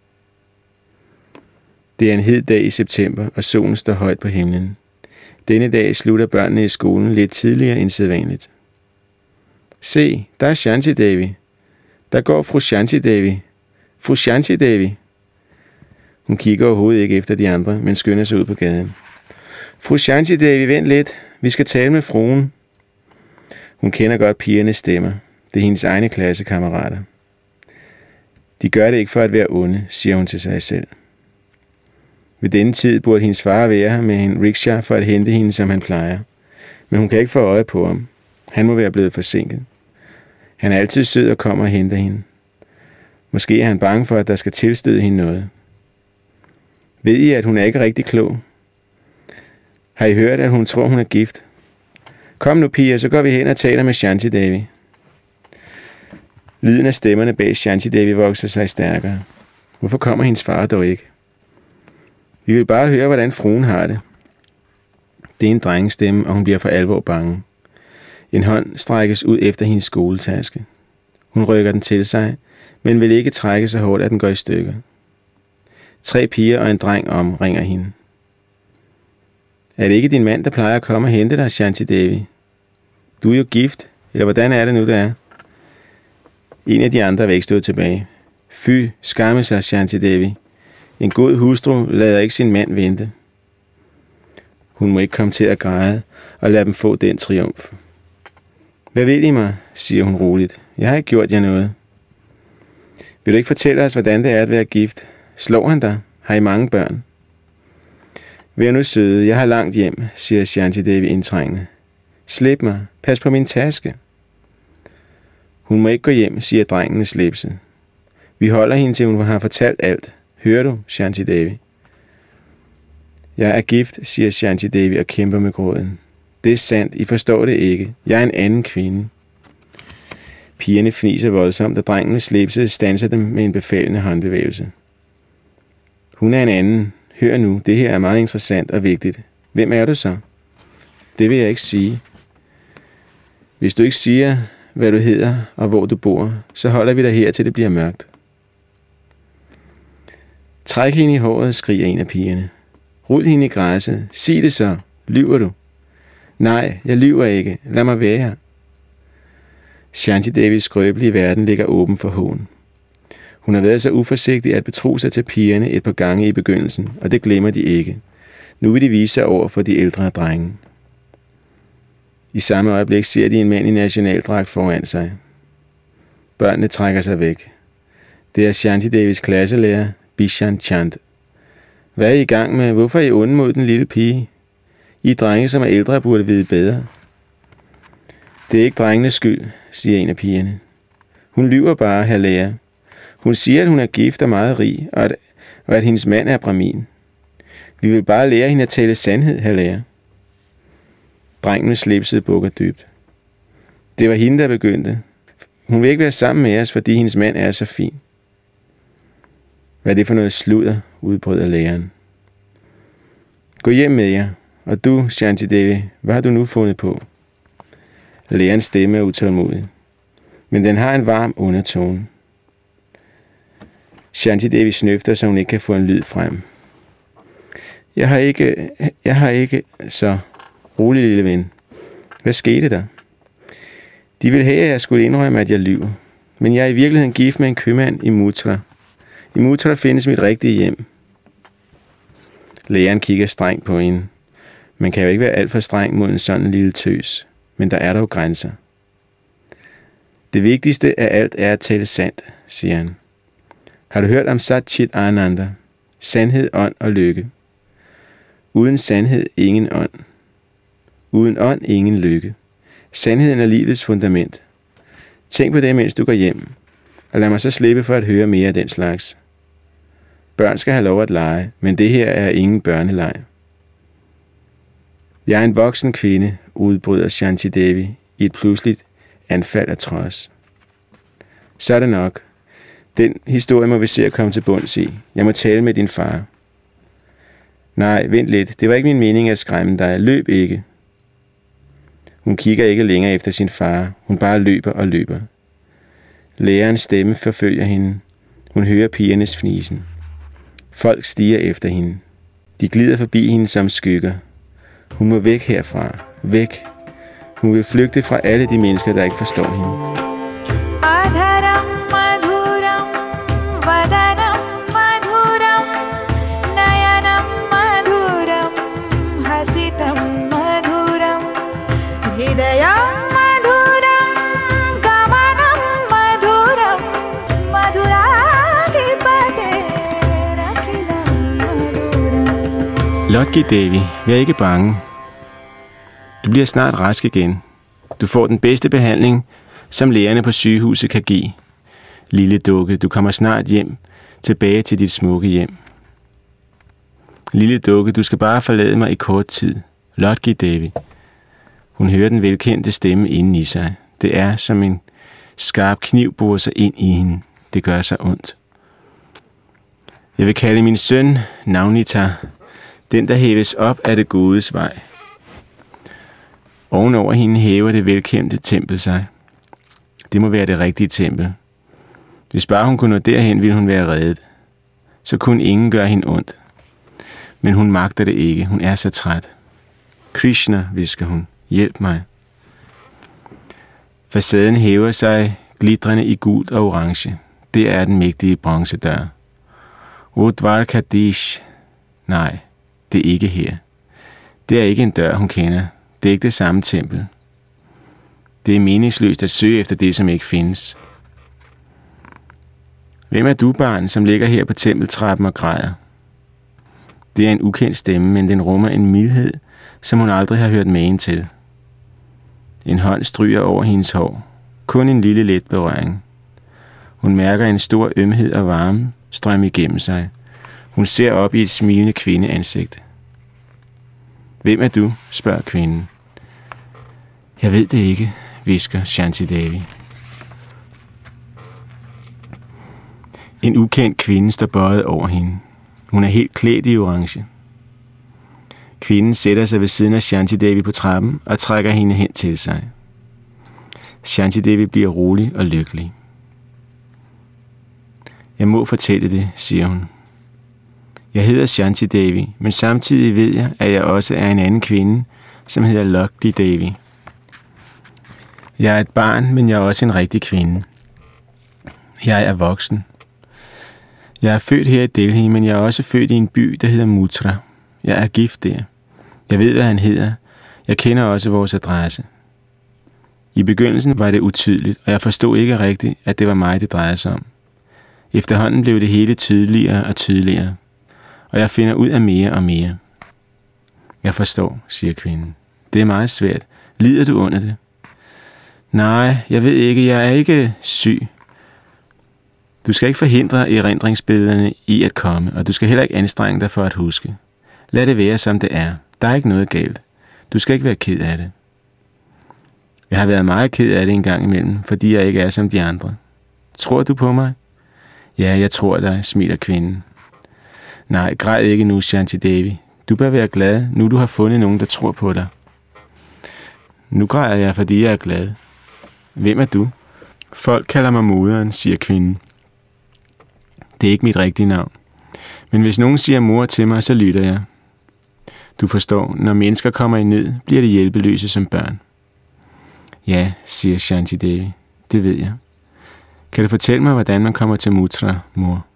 Det er en hed dag i september, og solen står højt på himlen. Denne dag slutter børnene i skolen lidt tidligere end sædvanligt. Se, der er Shanti Devi. Der går fru Shanti Devi. Fru Shanti Devi. Hun kigger overhovedet ikke efter de andre, men skynder sig ud på gaden. Fru Shanti Devi, vent lidt. Vi skal tale med fruen. Hun kender godt pigernes stemmer. Det er hendes egne klassekammerater. De gør det ikke for at være onde, siger hun til sig selv. Ved denne tid burde hendes far være her med en rickshaw for at hente hende, som han plejer. Men hun kan ikke få øje på ham. Han må være blevet forsinket. Han er altid sød og kommer og henter hende. Måske er han bange for, at der skal tilstøde hende noget. Ved I, at hun er ikke rigtig klog? Har I hørt, at hun tror, hun er gift? Kom nu, piger, så går vi hen og taler med Shanti Devi. Lyden af stemmerne bag Shanti Devi vokser sig stærkere. Hvorfor kommer hendes far dog ikke? Vi vil bare høre, hvordan fruen har det. Det er en drengestemme, og hun bliver for alvor bange. En hånd strækkes ud efter hendes skoletaske. Hun rykker den til sig, men vil ikke trække så hårdt, at den går i stykker. 3 piger og en dreng omringer hende. Er det ikke din mand, der plejer at komme og hente dig, Shanti Devi? Du er jo gift, eller hvordan er det nu, der er? En af de andre vil ikke stå tilbage. Fy, skamme sig, Shanti Devi. En god hustru lader ikke sin mand vente. Hun må ikke komme til at græde, og lade dem få den triumf. Hvad vil I mig, siger hun roligt. Jeg har ikke gjort jer noget. Vil du ikke fortælle os, hvordan det er at være gift? Slår han dig? Har I mange børn? Vær nu søde, jeg har langt hjem, siger Shanti-Devi indtrængende. Slip mig, pas på min taske. Hun må ikke gå hjem, siger drengen med slipset. Vi holder hende, til hun har fortalt alt. Hører du, Shanti-Devi? Jeg er gift, siger Shanti-Devi og kæmper med gråden. Det er sandt, I forstår det ikke. Jeg er en anden kvinde. Pigerne fniser voldsomt, og drengen med slipset standser dem med en befalende håndbevægelse. Hun er en anden. Hør nu, det her er meget interessant og vigtigt. Hvem er du så? Det vil jeg ikke sige. Hvis du ikke siger, hvad du hedder og hvor du bor, så holder vi dig her, til det bliver mørkt. Træk hende i håret, skriger en af pigerne. Rul hende i græsset. Sig det så. Lyver du? Nej, jeg lyver ikke. Lad mig være her. Shanti-Devis skrøbelige verden ligger åben for hån. Hun har været så uforsigtig at betro sig til pigerne et par gange i begyndelsen, og det glemmer de ikke. Nu vil de vise sig over for de ældre drenge. I samme øjeblik ser de en mand i nationaldragt foran sig. Børnene trækker sig væk. Det er Shanti-Devis klasselærer, Bishan Chand. Hvad er I i gang med? Hvorfor er I onde mod den lille pige? I drenge, som er ældre, burde vide bedre. Det er ikke drengenes skyld, siger en af pigerne. Hun lyver bare, herr lærer. Hun siger, at hun er gift og meget rig, og at hendes mand er brahmin. Vi vil bare lære hende at tale sandhed, herr lærer. Drengen med slipset bukker dybt. Det var hende, der begyndte. Hun vil ikke være sammen med os, fordi hendes mand er så fin. Hvad er det for noget sludder, udbryder læreren. Gå hjem med jer, og du, Shanti-Devi, hvad har du nu fundet på? Lærerens stemme er utålmodig, men den har en varm undertone. Shanti-Devi snøfter, så hun ikke kan få en lyd frem. Jeg har ikke, så rolig lille ven. Hvad skete der? De ville have, at jeg skulle indrømme, at jeg lyver. Men jeg er i virkeligheden gift med en købmand i Mutra. I Mutra findes mit rigtige hjem. Læreren kigger strengt på hende. Man kan jo ikke være alt for streng mod en sådan lille tøs, men der er dog grænser. Det vigtigste af alt er at tale sandt, siger han. Har du hørt om Satchit Ananda? Sandhed, ånd og lykke. Uden sandhed ingen ånd. Uden ånd ingen lykke. Sandheden er livets fundament. Tænk på det, mens du går hjem, og lad mig så slippe for at høre mere af den slags. Børn skal have lov at lege, men det her er ingen børneleg. Jeg er en voksen kvinde, udbryder Shanti-Devi i et pludseligt anfald af trods. Så er det nok. Den historie må vi se at komme til bunds i. Jeg må tale med din far. Nej, vent lidt. Det var ikke min mening at skræmme dig. Løb ikke. Hun kigger ikke længere efter sin far. Hun bare løber og løber. Lærerens stemme forfølger hende. Hun hører pigernes fnisen. Folk stiger efter hende. De glider forbi hende som skygger. Hun må væk herfra. Væk. Hun vil flygte fra alle de mennesker, der ikke forstår hende. Lotki Devi, vær ikke bange. Du bliver snart rask igen. Du får den bedste behandling, som lægerne på sygehuset kan give. Lille dukke, du kommer snart hjem, tilbage til dit smukke hjem. Lille dukke, du skal bare forlade mig i kort tid. Lotki Devi. Hun hører den velkendte stemme inden i sig. Det er som en skarp kniv borer sig ind i hende. Det gør sig ondt. Jeg vil kalde min søn Navnita, den der hæves op af det godes vej. Ovenover hende hæver det velkendte tempel sig. Det må være det rigtige tempel. Hvis bare hun kunne nå derhen, ville hun være reddet. Så kunne ingen gøre hende ondt. Men hun magter det ikke. Hun er så træt. Krishna, hvisker hun. Hjælp mig. Facaden hæver sig, glitrende i gult og orange. Det er den mægtige bronzedør. O Dwarkadish. Nej, det er ikke her. Det er ikke en dør, hun kender. Det er ikke det samme tempel. Det er meningsløst at søge efter det, som ikke findes. Hvem er du, barn, som ligger her på tempeltrappen og græder? Det er en ukendt stemme, men den rummer en mildhed, som hun aldrig har hørt magen til. En hånd stryger over hendes hår. Kun en lille let berøring. Hun mærker en stor ømhed og varme strømme igennem sig. Hun ser op i et smilende kvindeansigt. Hvem er du? Spørger kvinden. Jeg ved det ikke, hvisker Shanti Devi. En ukendt kvinde står bøjet over hende. Hun er helt klædt i orange. Kvinden sætter sig ved siden af Shanti Devi på trappen og trækker hende hen til sig. Shanti Devi bliver rolig og lykkelig. Jeg må fortælle det, siger hun. Jeg hedder Shanti Devi, men samtidig ved jeg, at jeg også er en anden kvinde, som hedder Lakshmi Devi. Jeg er et barn, men jeg er også en rigtig kvinde. Jeg er voksen. Jeg er født her i Delhi, men jeg er også født i en by, der hedder Mutra. Jeg er gift der. Jeg ved, hvad han hedder. Jeg kender også vores adresse. I begyndelsen var det utydeligt, og jeg forstod ikke rigtigt, at det var mig, det drejede sig om. Efterhånden blev det hele tydeligere og tydeligere, og jeg finder ud af mere og mere. Jeg forstår, siger kvinden. Det er meget svært. Lider du under det? Nej, jeg ved ikke. Jeg er ikke syg. Du skal ikke forhindre erindringsbillederne i at komme, og du skal heller ikke anstrenge dig for at huske. Lad det være, som det er. Der er ikke noget galt. Du skal ikke være ked af det. Jeg har været meget ked af det en gang imellem, fordi jeg ikke er som de andre. Tror du på mig? Ja, jeg tror dig, smiler kvinden. Nej, græd ikke nu, Shanti Devi. Du bør være glad, nu du har fundet nogen, der tror på dig. Nu græder jeg, fordi jeg er glad. Hvem er du? Folk kalder mig moderen, siger kvinden. Det er ikke mit rigtige navn. Men hvis nogen siger mor til mig, så lytter jeg. Du forstår, når mennesker kommer i nød, bliver de hjælpeløse som børn. Ja, siger Shanti Devi. Det ved jeg. Kan du fortælle mig, hvordan man kommer til Mutra, mor?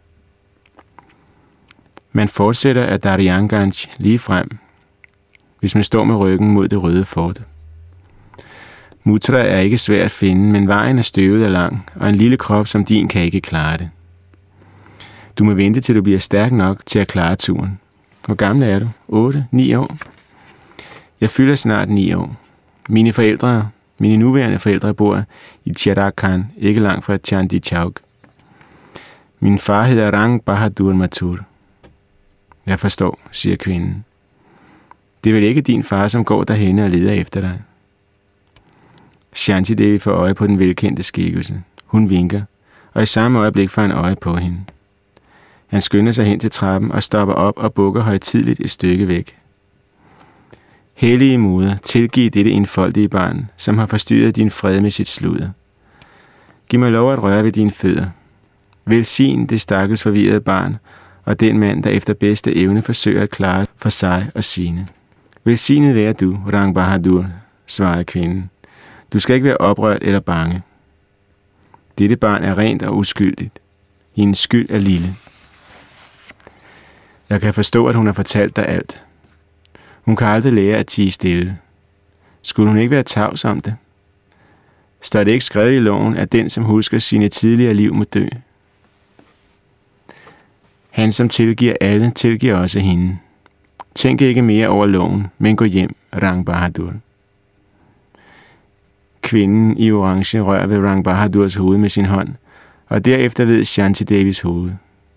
Man fortsætter af Daryanganj lige frem, hvis man står med ryggen mod det røde fort. Mutra er ikke svært at finde, men vejen er støvet og lang, og en lille krop som din kan ikke klare det. Du må vente til du bliver stærk nok til at klare turen. Hvor gammel er du? 8? 9 år? Jeg fylder snart 9 år. Mine nuværende forældre bor i Chirakan, ikke langt fra Chandi Chowk. Min far hedder Rang Bahadur Mathur. Jeg forstår, siger kvinden. Det er vel ikke din far, som går derhenne og leder efter dig? Shanti Devi får øje på den velkendte skikkelse. Hun vinker, og i samme øjeblik får han øje på hende. Han skynder sig hen til trappen og stopper op og bukker højtideligt et stykke væk. Hellige moder, tilgiv dette enfoldige barn, som har forstyrret din fred med sit sludder. Giv mig lov at røre ved dine fødder. Velsign det stakkels forvirrede barn, og den mand, der efter bedste evne forsøger at klare for sig og sine. Velsignet være du, Rang Bahadur, svarede kvinden. Du skal ikke være oprørt eller bange. Dette barn er rent og uskyldigt. Hendes skyld er lille. Jeg kan forstå, at hun har fortalt dig alt. Hun kan aldrig lære at tie stille. Skulle hun ikke være tavs om det? Står det ikke skrevet i loven, at den, som husker sine tidligere liv, må dø? Han, som tilgiver alle, tilgiver også hende. Tænk ikke mere over loven, men gå hjem, Rang Bahadur. Kvinden i orange rører ved Rang Bahadurs hoved med sin hånd, og derefter ved Shanti Devis hoved.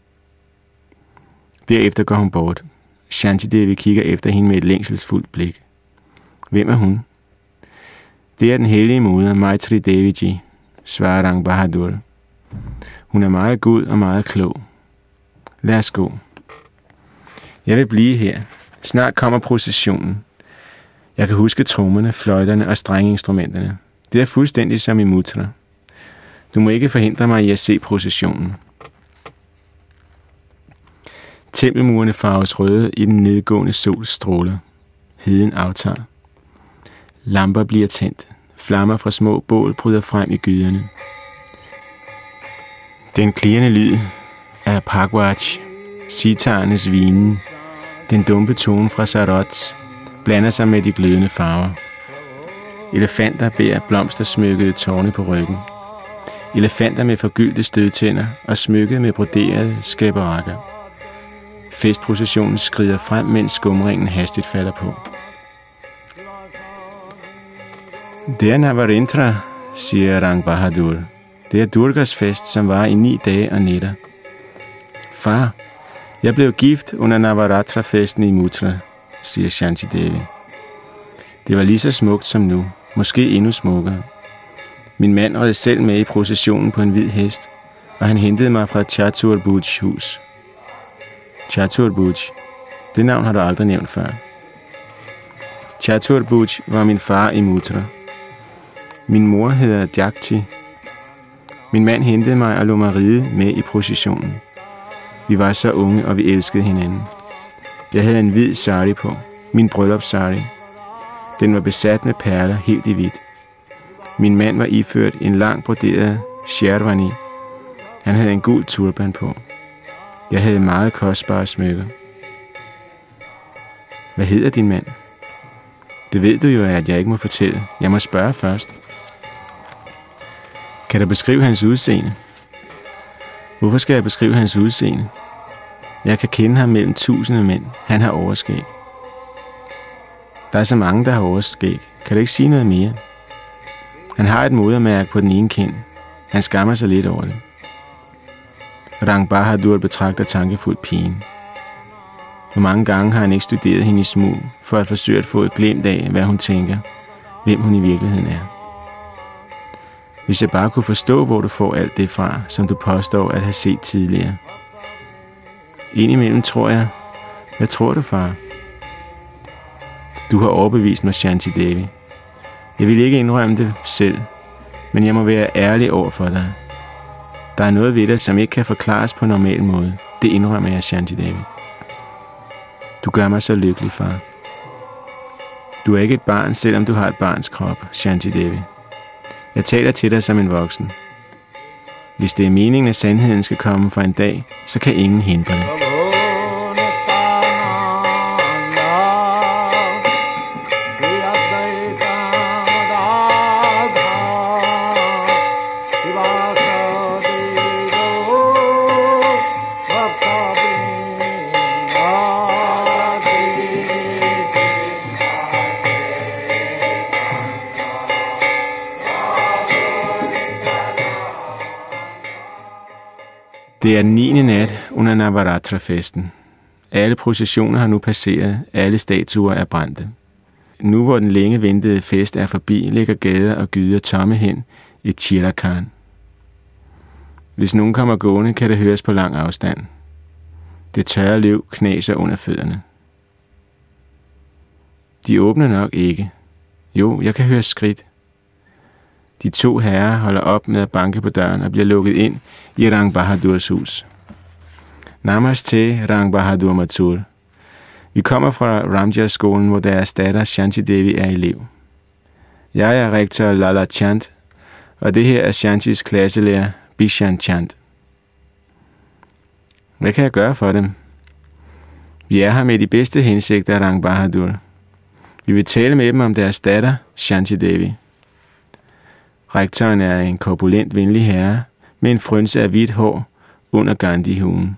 Derefter går hun bort. Shanti Devi kigger efter hende med et længselsfuldt blik. Hvem er hun? Det er den hellige moder, Maitri Deviji, svarer Rang Bahadur. Hun er meget god og meget klog. Lad os gå. Jeg vil blive her. Snart kommer processionen. Jeg kan huske trommerne, fløjterne og strengeinstrumenterne. Det er fuldstændig som i Mutra. Du må ikke forhindre mig i at se processionen. Tempelmurene farves røde i den nedgående sols stråler. Heden aftager. Lamper bliver tændt. Flammer fra små bål bryder frem i gyderne. Den klirrende lyd af Bhagwaj, sitarernes vinen, den dumpe tone fra Sarots blander sig med de glødende farver. Elefanter bærer blomstersmykkede tårne på ryggen. Elefanter med forgyldte stødtænder og smykket med broderede skæberakker. Festprocessionen skrider frem, mens skumringen hastigt falder på. Det er Navarintra, siger Rang Bahadur. Det er Durgas fest, som var i 9 dage og nætter. Far, jeg blev gift under Navaratra-festen i Mutra, siger Shanti Devi. Det var lige så smukt som nu, måske endnu smukkere. Min mand red selv med i processionen på en hvid hest, og han hentede mig fra Chaturbhujs hus. Chaturbhuj, det navn har du aldrig nævnt før. Chaturbhuj var min far i Mutra. Min mor hedder Jakti. Min mand hentede mig og lod mig ride med i processionen. Vi var så unge, og vi elskede hinanden. Jeg havde en hvid sari på, min bryllupssari. Den var besat med perler helt i hvidt. Min mand var iført en lang broderet sherwani. Han havde en gul turban på. Jeg havde meget kostbare smykker. Hvad hedder din mand? Det ved du jo, at jeg ikke må fortælle. Jeg må spørge først. Kan du beskrive hans udseende? Hvorfor skal jeg beskrive hans udseende? Jeg kan kende ham mellem 1000 mænd. Han har overskæg. Der er så mange, der har overskæg. Kan du ikke sige noget mere? Han har et modermærke på den ene kind. Han skammer sig lidt over det. Rang Bahadur betragter tankefuldt pigen. Hvor mange gange har han ikke studeret hende i smug, for at forsøge at få et glimt af, hvad hun tænker, hvem hun i virkeligheden er. Hvis jeg bare kunne forstå, hvor du får alt det fra, som du påstår at have set tidligere. Indimellem tror jeg, hvad tror du, far? Du har overbevist mig, Shanti Devi. Jeg vil ikke indrømme det selv, men jeg må være ærlig over for dig. Der er noget ved dig, som ikke kan forklares på normal måde. Det indrømmer jeg, Shanti Devi. Du gør mig så lykkelig, far. Du er ikke et barn, selvom du har et barns krop, Shanti Devi. Jeg taler til dig som en voksen. Hvis det er meningen, at sandheden skal komme for en dag, så kan ingen hindre det. Det er den 9. nat under Navaratra-festen. Alle processioner har nu passeret, alle statuer er brændte. Nu hvor den længe ventede fest er forbi, ligger gader og gyder tomme hen i Chirakan. Hvis nogen kommer gående, kan det høres på lang afstand. Det tørre løv knaser under fødderne. De åbner nok ikke. Jo, jeg kan høre skridt. De 2 herrer holder op med at banke på døren og bliver lukket ind i Rang Bahadurs hus. Namaste, Rang Bahadur Mathur. Vi kommer fra Ramjas-skolen, hvor deres datter Shanti Devi er elev. Jeg er rektor Lala Chand, og det her er Shantis klasselærer Bishan Chand. Hvad kan jeg gøre for dem? Vi er her med de bedste hensigter, Rang Bahadur. Vi vil tale med dem om deres datter, Shanti Devi. Rektoren er en korpulent, venlig herre med en frynse af hvidt hår under Gandhi-huen.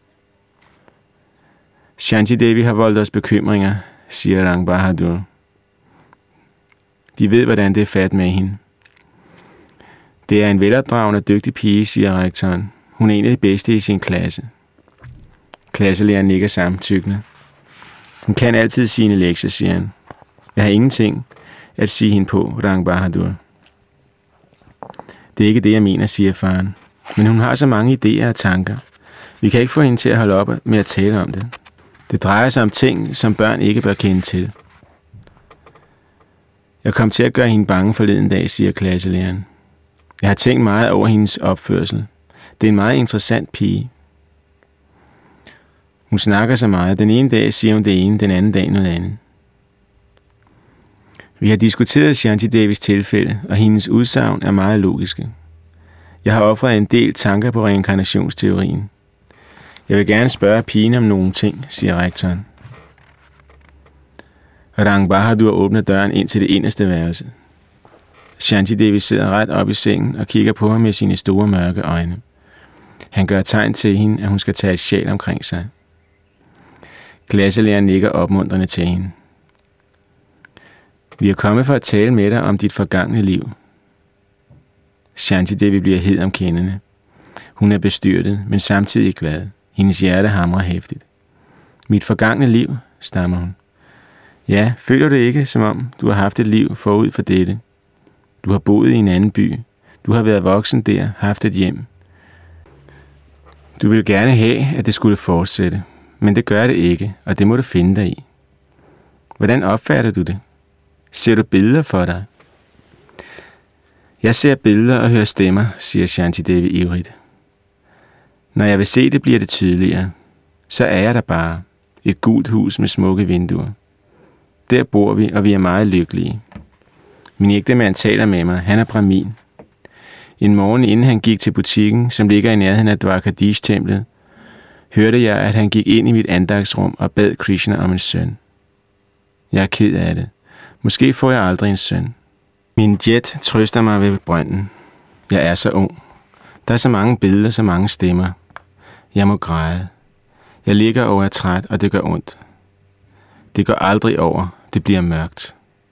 Shanti Devi har voldt os bekymringer, siger Rang Bahadur. De ved, hvordan det er fat med hende. Det er en velopdragende og dygtig pige, siger rektoren. Hun er en af de bedste i sin klasse. Klasselæreren nikker samtykkende. Hun kan altid sine lektier, siger han. Jeg har ingenting at sige hende på, Rang Bahadur. Det er ikke det, jeg mener, siger faren. Men hun har så mange idéer og tanker. Vi kan ikke få hende til at holde op med at tale om det. Det drejer sig om ting, som børn ikke bør kende til. Jeg kom til at gøre hende bange forleden dag, siger klasselæreren. Jeg har tænkt meget over hendes opførsel. Det er en meget interessant pige. Hun snakker så meget. Den ene dag siger hun det ene, den anden dag noget andet. Vi har diskuteret Shanti Devis tilfælde, og hendes udsagn er meget logiske. Jeg har offret en del tanker på reinkarnationsteorien. Jeg vil gerne spørge pigen om nogle ting, siger rektoren. Rang Bahadur åbner døren ind til det inderste værelse. Shanti Devi sidder ret op i sengen og kigger på ham med sine store mørke øjne. Han gør tegn til hende, at hun skal tage et sjal omkring sig. Klasselæreren nikker opmuntrende til hende. Vi er kommet for at tale med dig om dit forgangne liv. Shanti Devi bliver hed om kinderne. Hun er bestyrtet, men samtidig glad. Hendes hjerte hamrer hæftigt. Mit forgangne liv, stammer hun. Ja, føler du ikke, som om du har haft et liv forud for dette? Du har boet i en anden by. Du har været voksen der, haft et hjem. Du vil gerne have, at det skulle fortsætte, men det gør det ikke, og det må du finde dig i. Hvordan opfatter du det? Ser du billeder for dig? Jeg ser billeder og hører stemmer, siger Shanti Devi ivrigt. Når jeg vil se det, bliver det tydeligere. Så er jeg der bare. Et gult hus med smukke vinduer. Der bor vi, og vi er meget lykkelige. Min ægtemand taler med mig. Han er brahmin. En morgen inden han gik til butikken, som ligger i nærheden af Dwarkadish-templet, hørte jeg, at han gik ind i mit andagtsrum og bad Krishna om en søn. Jeg er ked af det. Måske får jeg aldrig en søn. Min jet trøster mig ved brønden. Jeg er så ung. Der er så mange billeder, så mange stemmer. Jeg må græde. Jeg ligger og er træt, og det gør ondt. Det går aldrig over. Det bliver mørkt.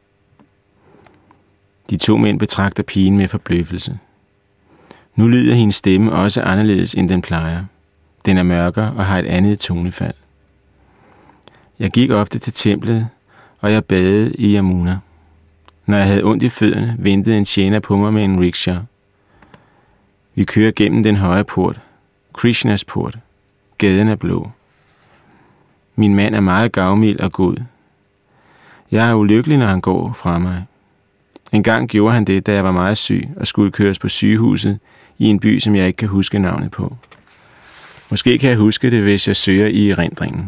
De to mænd betragter pigen med forbløffelse. Nu lyder hendes stemme også anderledes, end den plejer. Den er mørkere og har et andet tonefald. Jeg gik ofte til templet, og jeg badede i Yamuna. Når jeg havde ondt i fødderne, ventede en tjener på mig med en rickshaw. Vi kører gennem den høje port, Krishnas port. Gaden er blå. Min mand er meget gavmild og god. Jeg er ulykkelig, når han går fra mig. En gang gjorde han det, da jeg var meget syg og skulle køres på sygehuset i en by, som jeg ikke kan huske navnet på. Måske kan jeg huske det, hvis jeg søger i erindringen.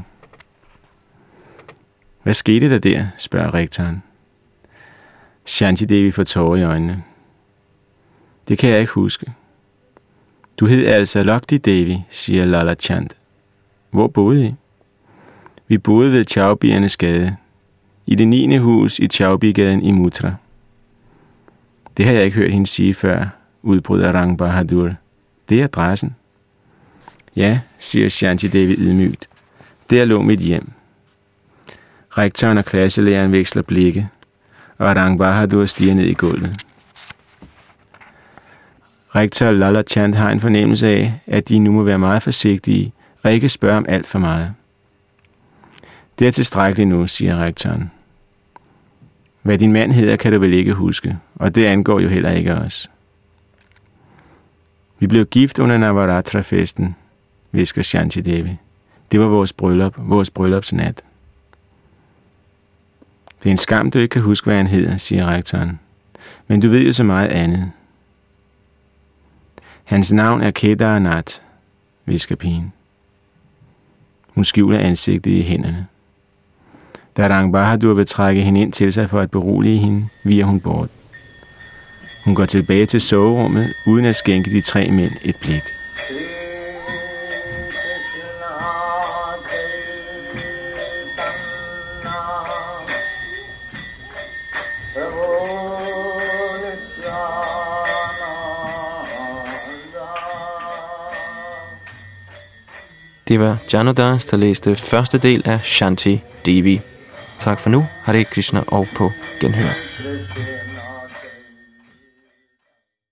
Hvad skete der der, spørger rektoren. Shanti Devi får tårer i øjnene. Det kan jeg ikke huske. Du hed altså Lokti Devi, siger Lala Chand. Hvor boede I? Vi boede ved Chaubiernes gade. I det 9. hus i Chaubiergaden i Mutra. Det har jeg ikke hørt hende sige før, udbryder Rang Bahadur. Det er adressen. Ja, siger Shanti Devi ydmygt. Der lå mit hjem. Rektoren og klasselæreren veksler blikke, og Rang Bahadur stiger ned i gulvet. Rektor Lala Chand har en fornemmelse af, at de nu må være meget forsigtige og ikke spørge om alt for meget. Det er tilstrækkeligt nu, siger rektoren. Hvad din mand hedder, kan du vel ikke huske, og det angår jo heller ikke os. Vi blev gift under Navaratra-festen, hvisker Shanti Devi. Det var vores bryllupsnat. Det er en skam, du ikke kan huske, hvad han hedder, siger rektoren. Men du ved jo så meget andet. Hans navn er Kedarnath, hvisker pigen. Hun skjuler ansigtet i hænderne. Da Rang Bahadur vil trække hende ind til sig for at berolige hende, viger hun bort. Hun går tilbage til soverummet, uden at skænke de 3 mænd et blik. Det var Janodas, der læste første del af Shanti Devi. Tak for nu. Hare Krishna og på genhør.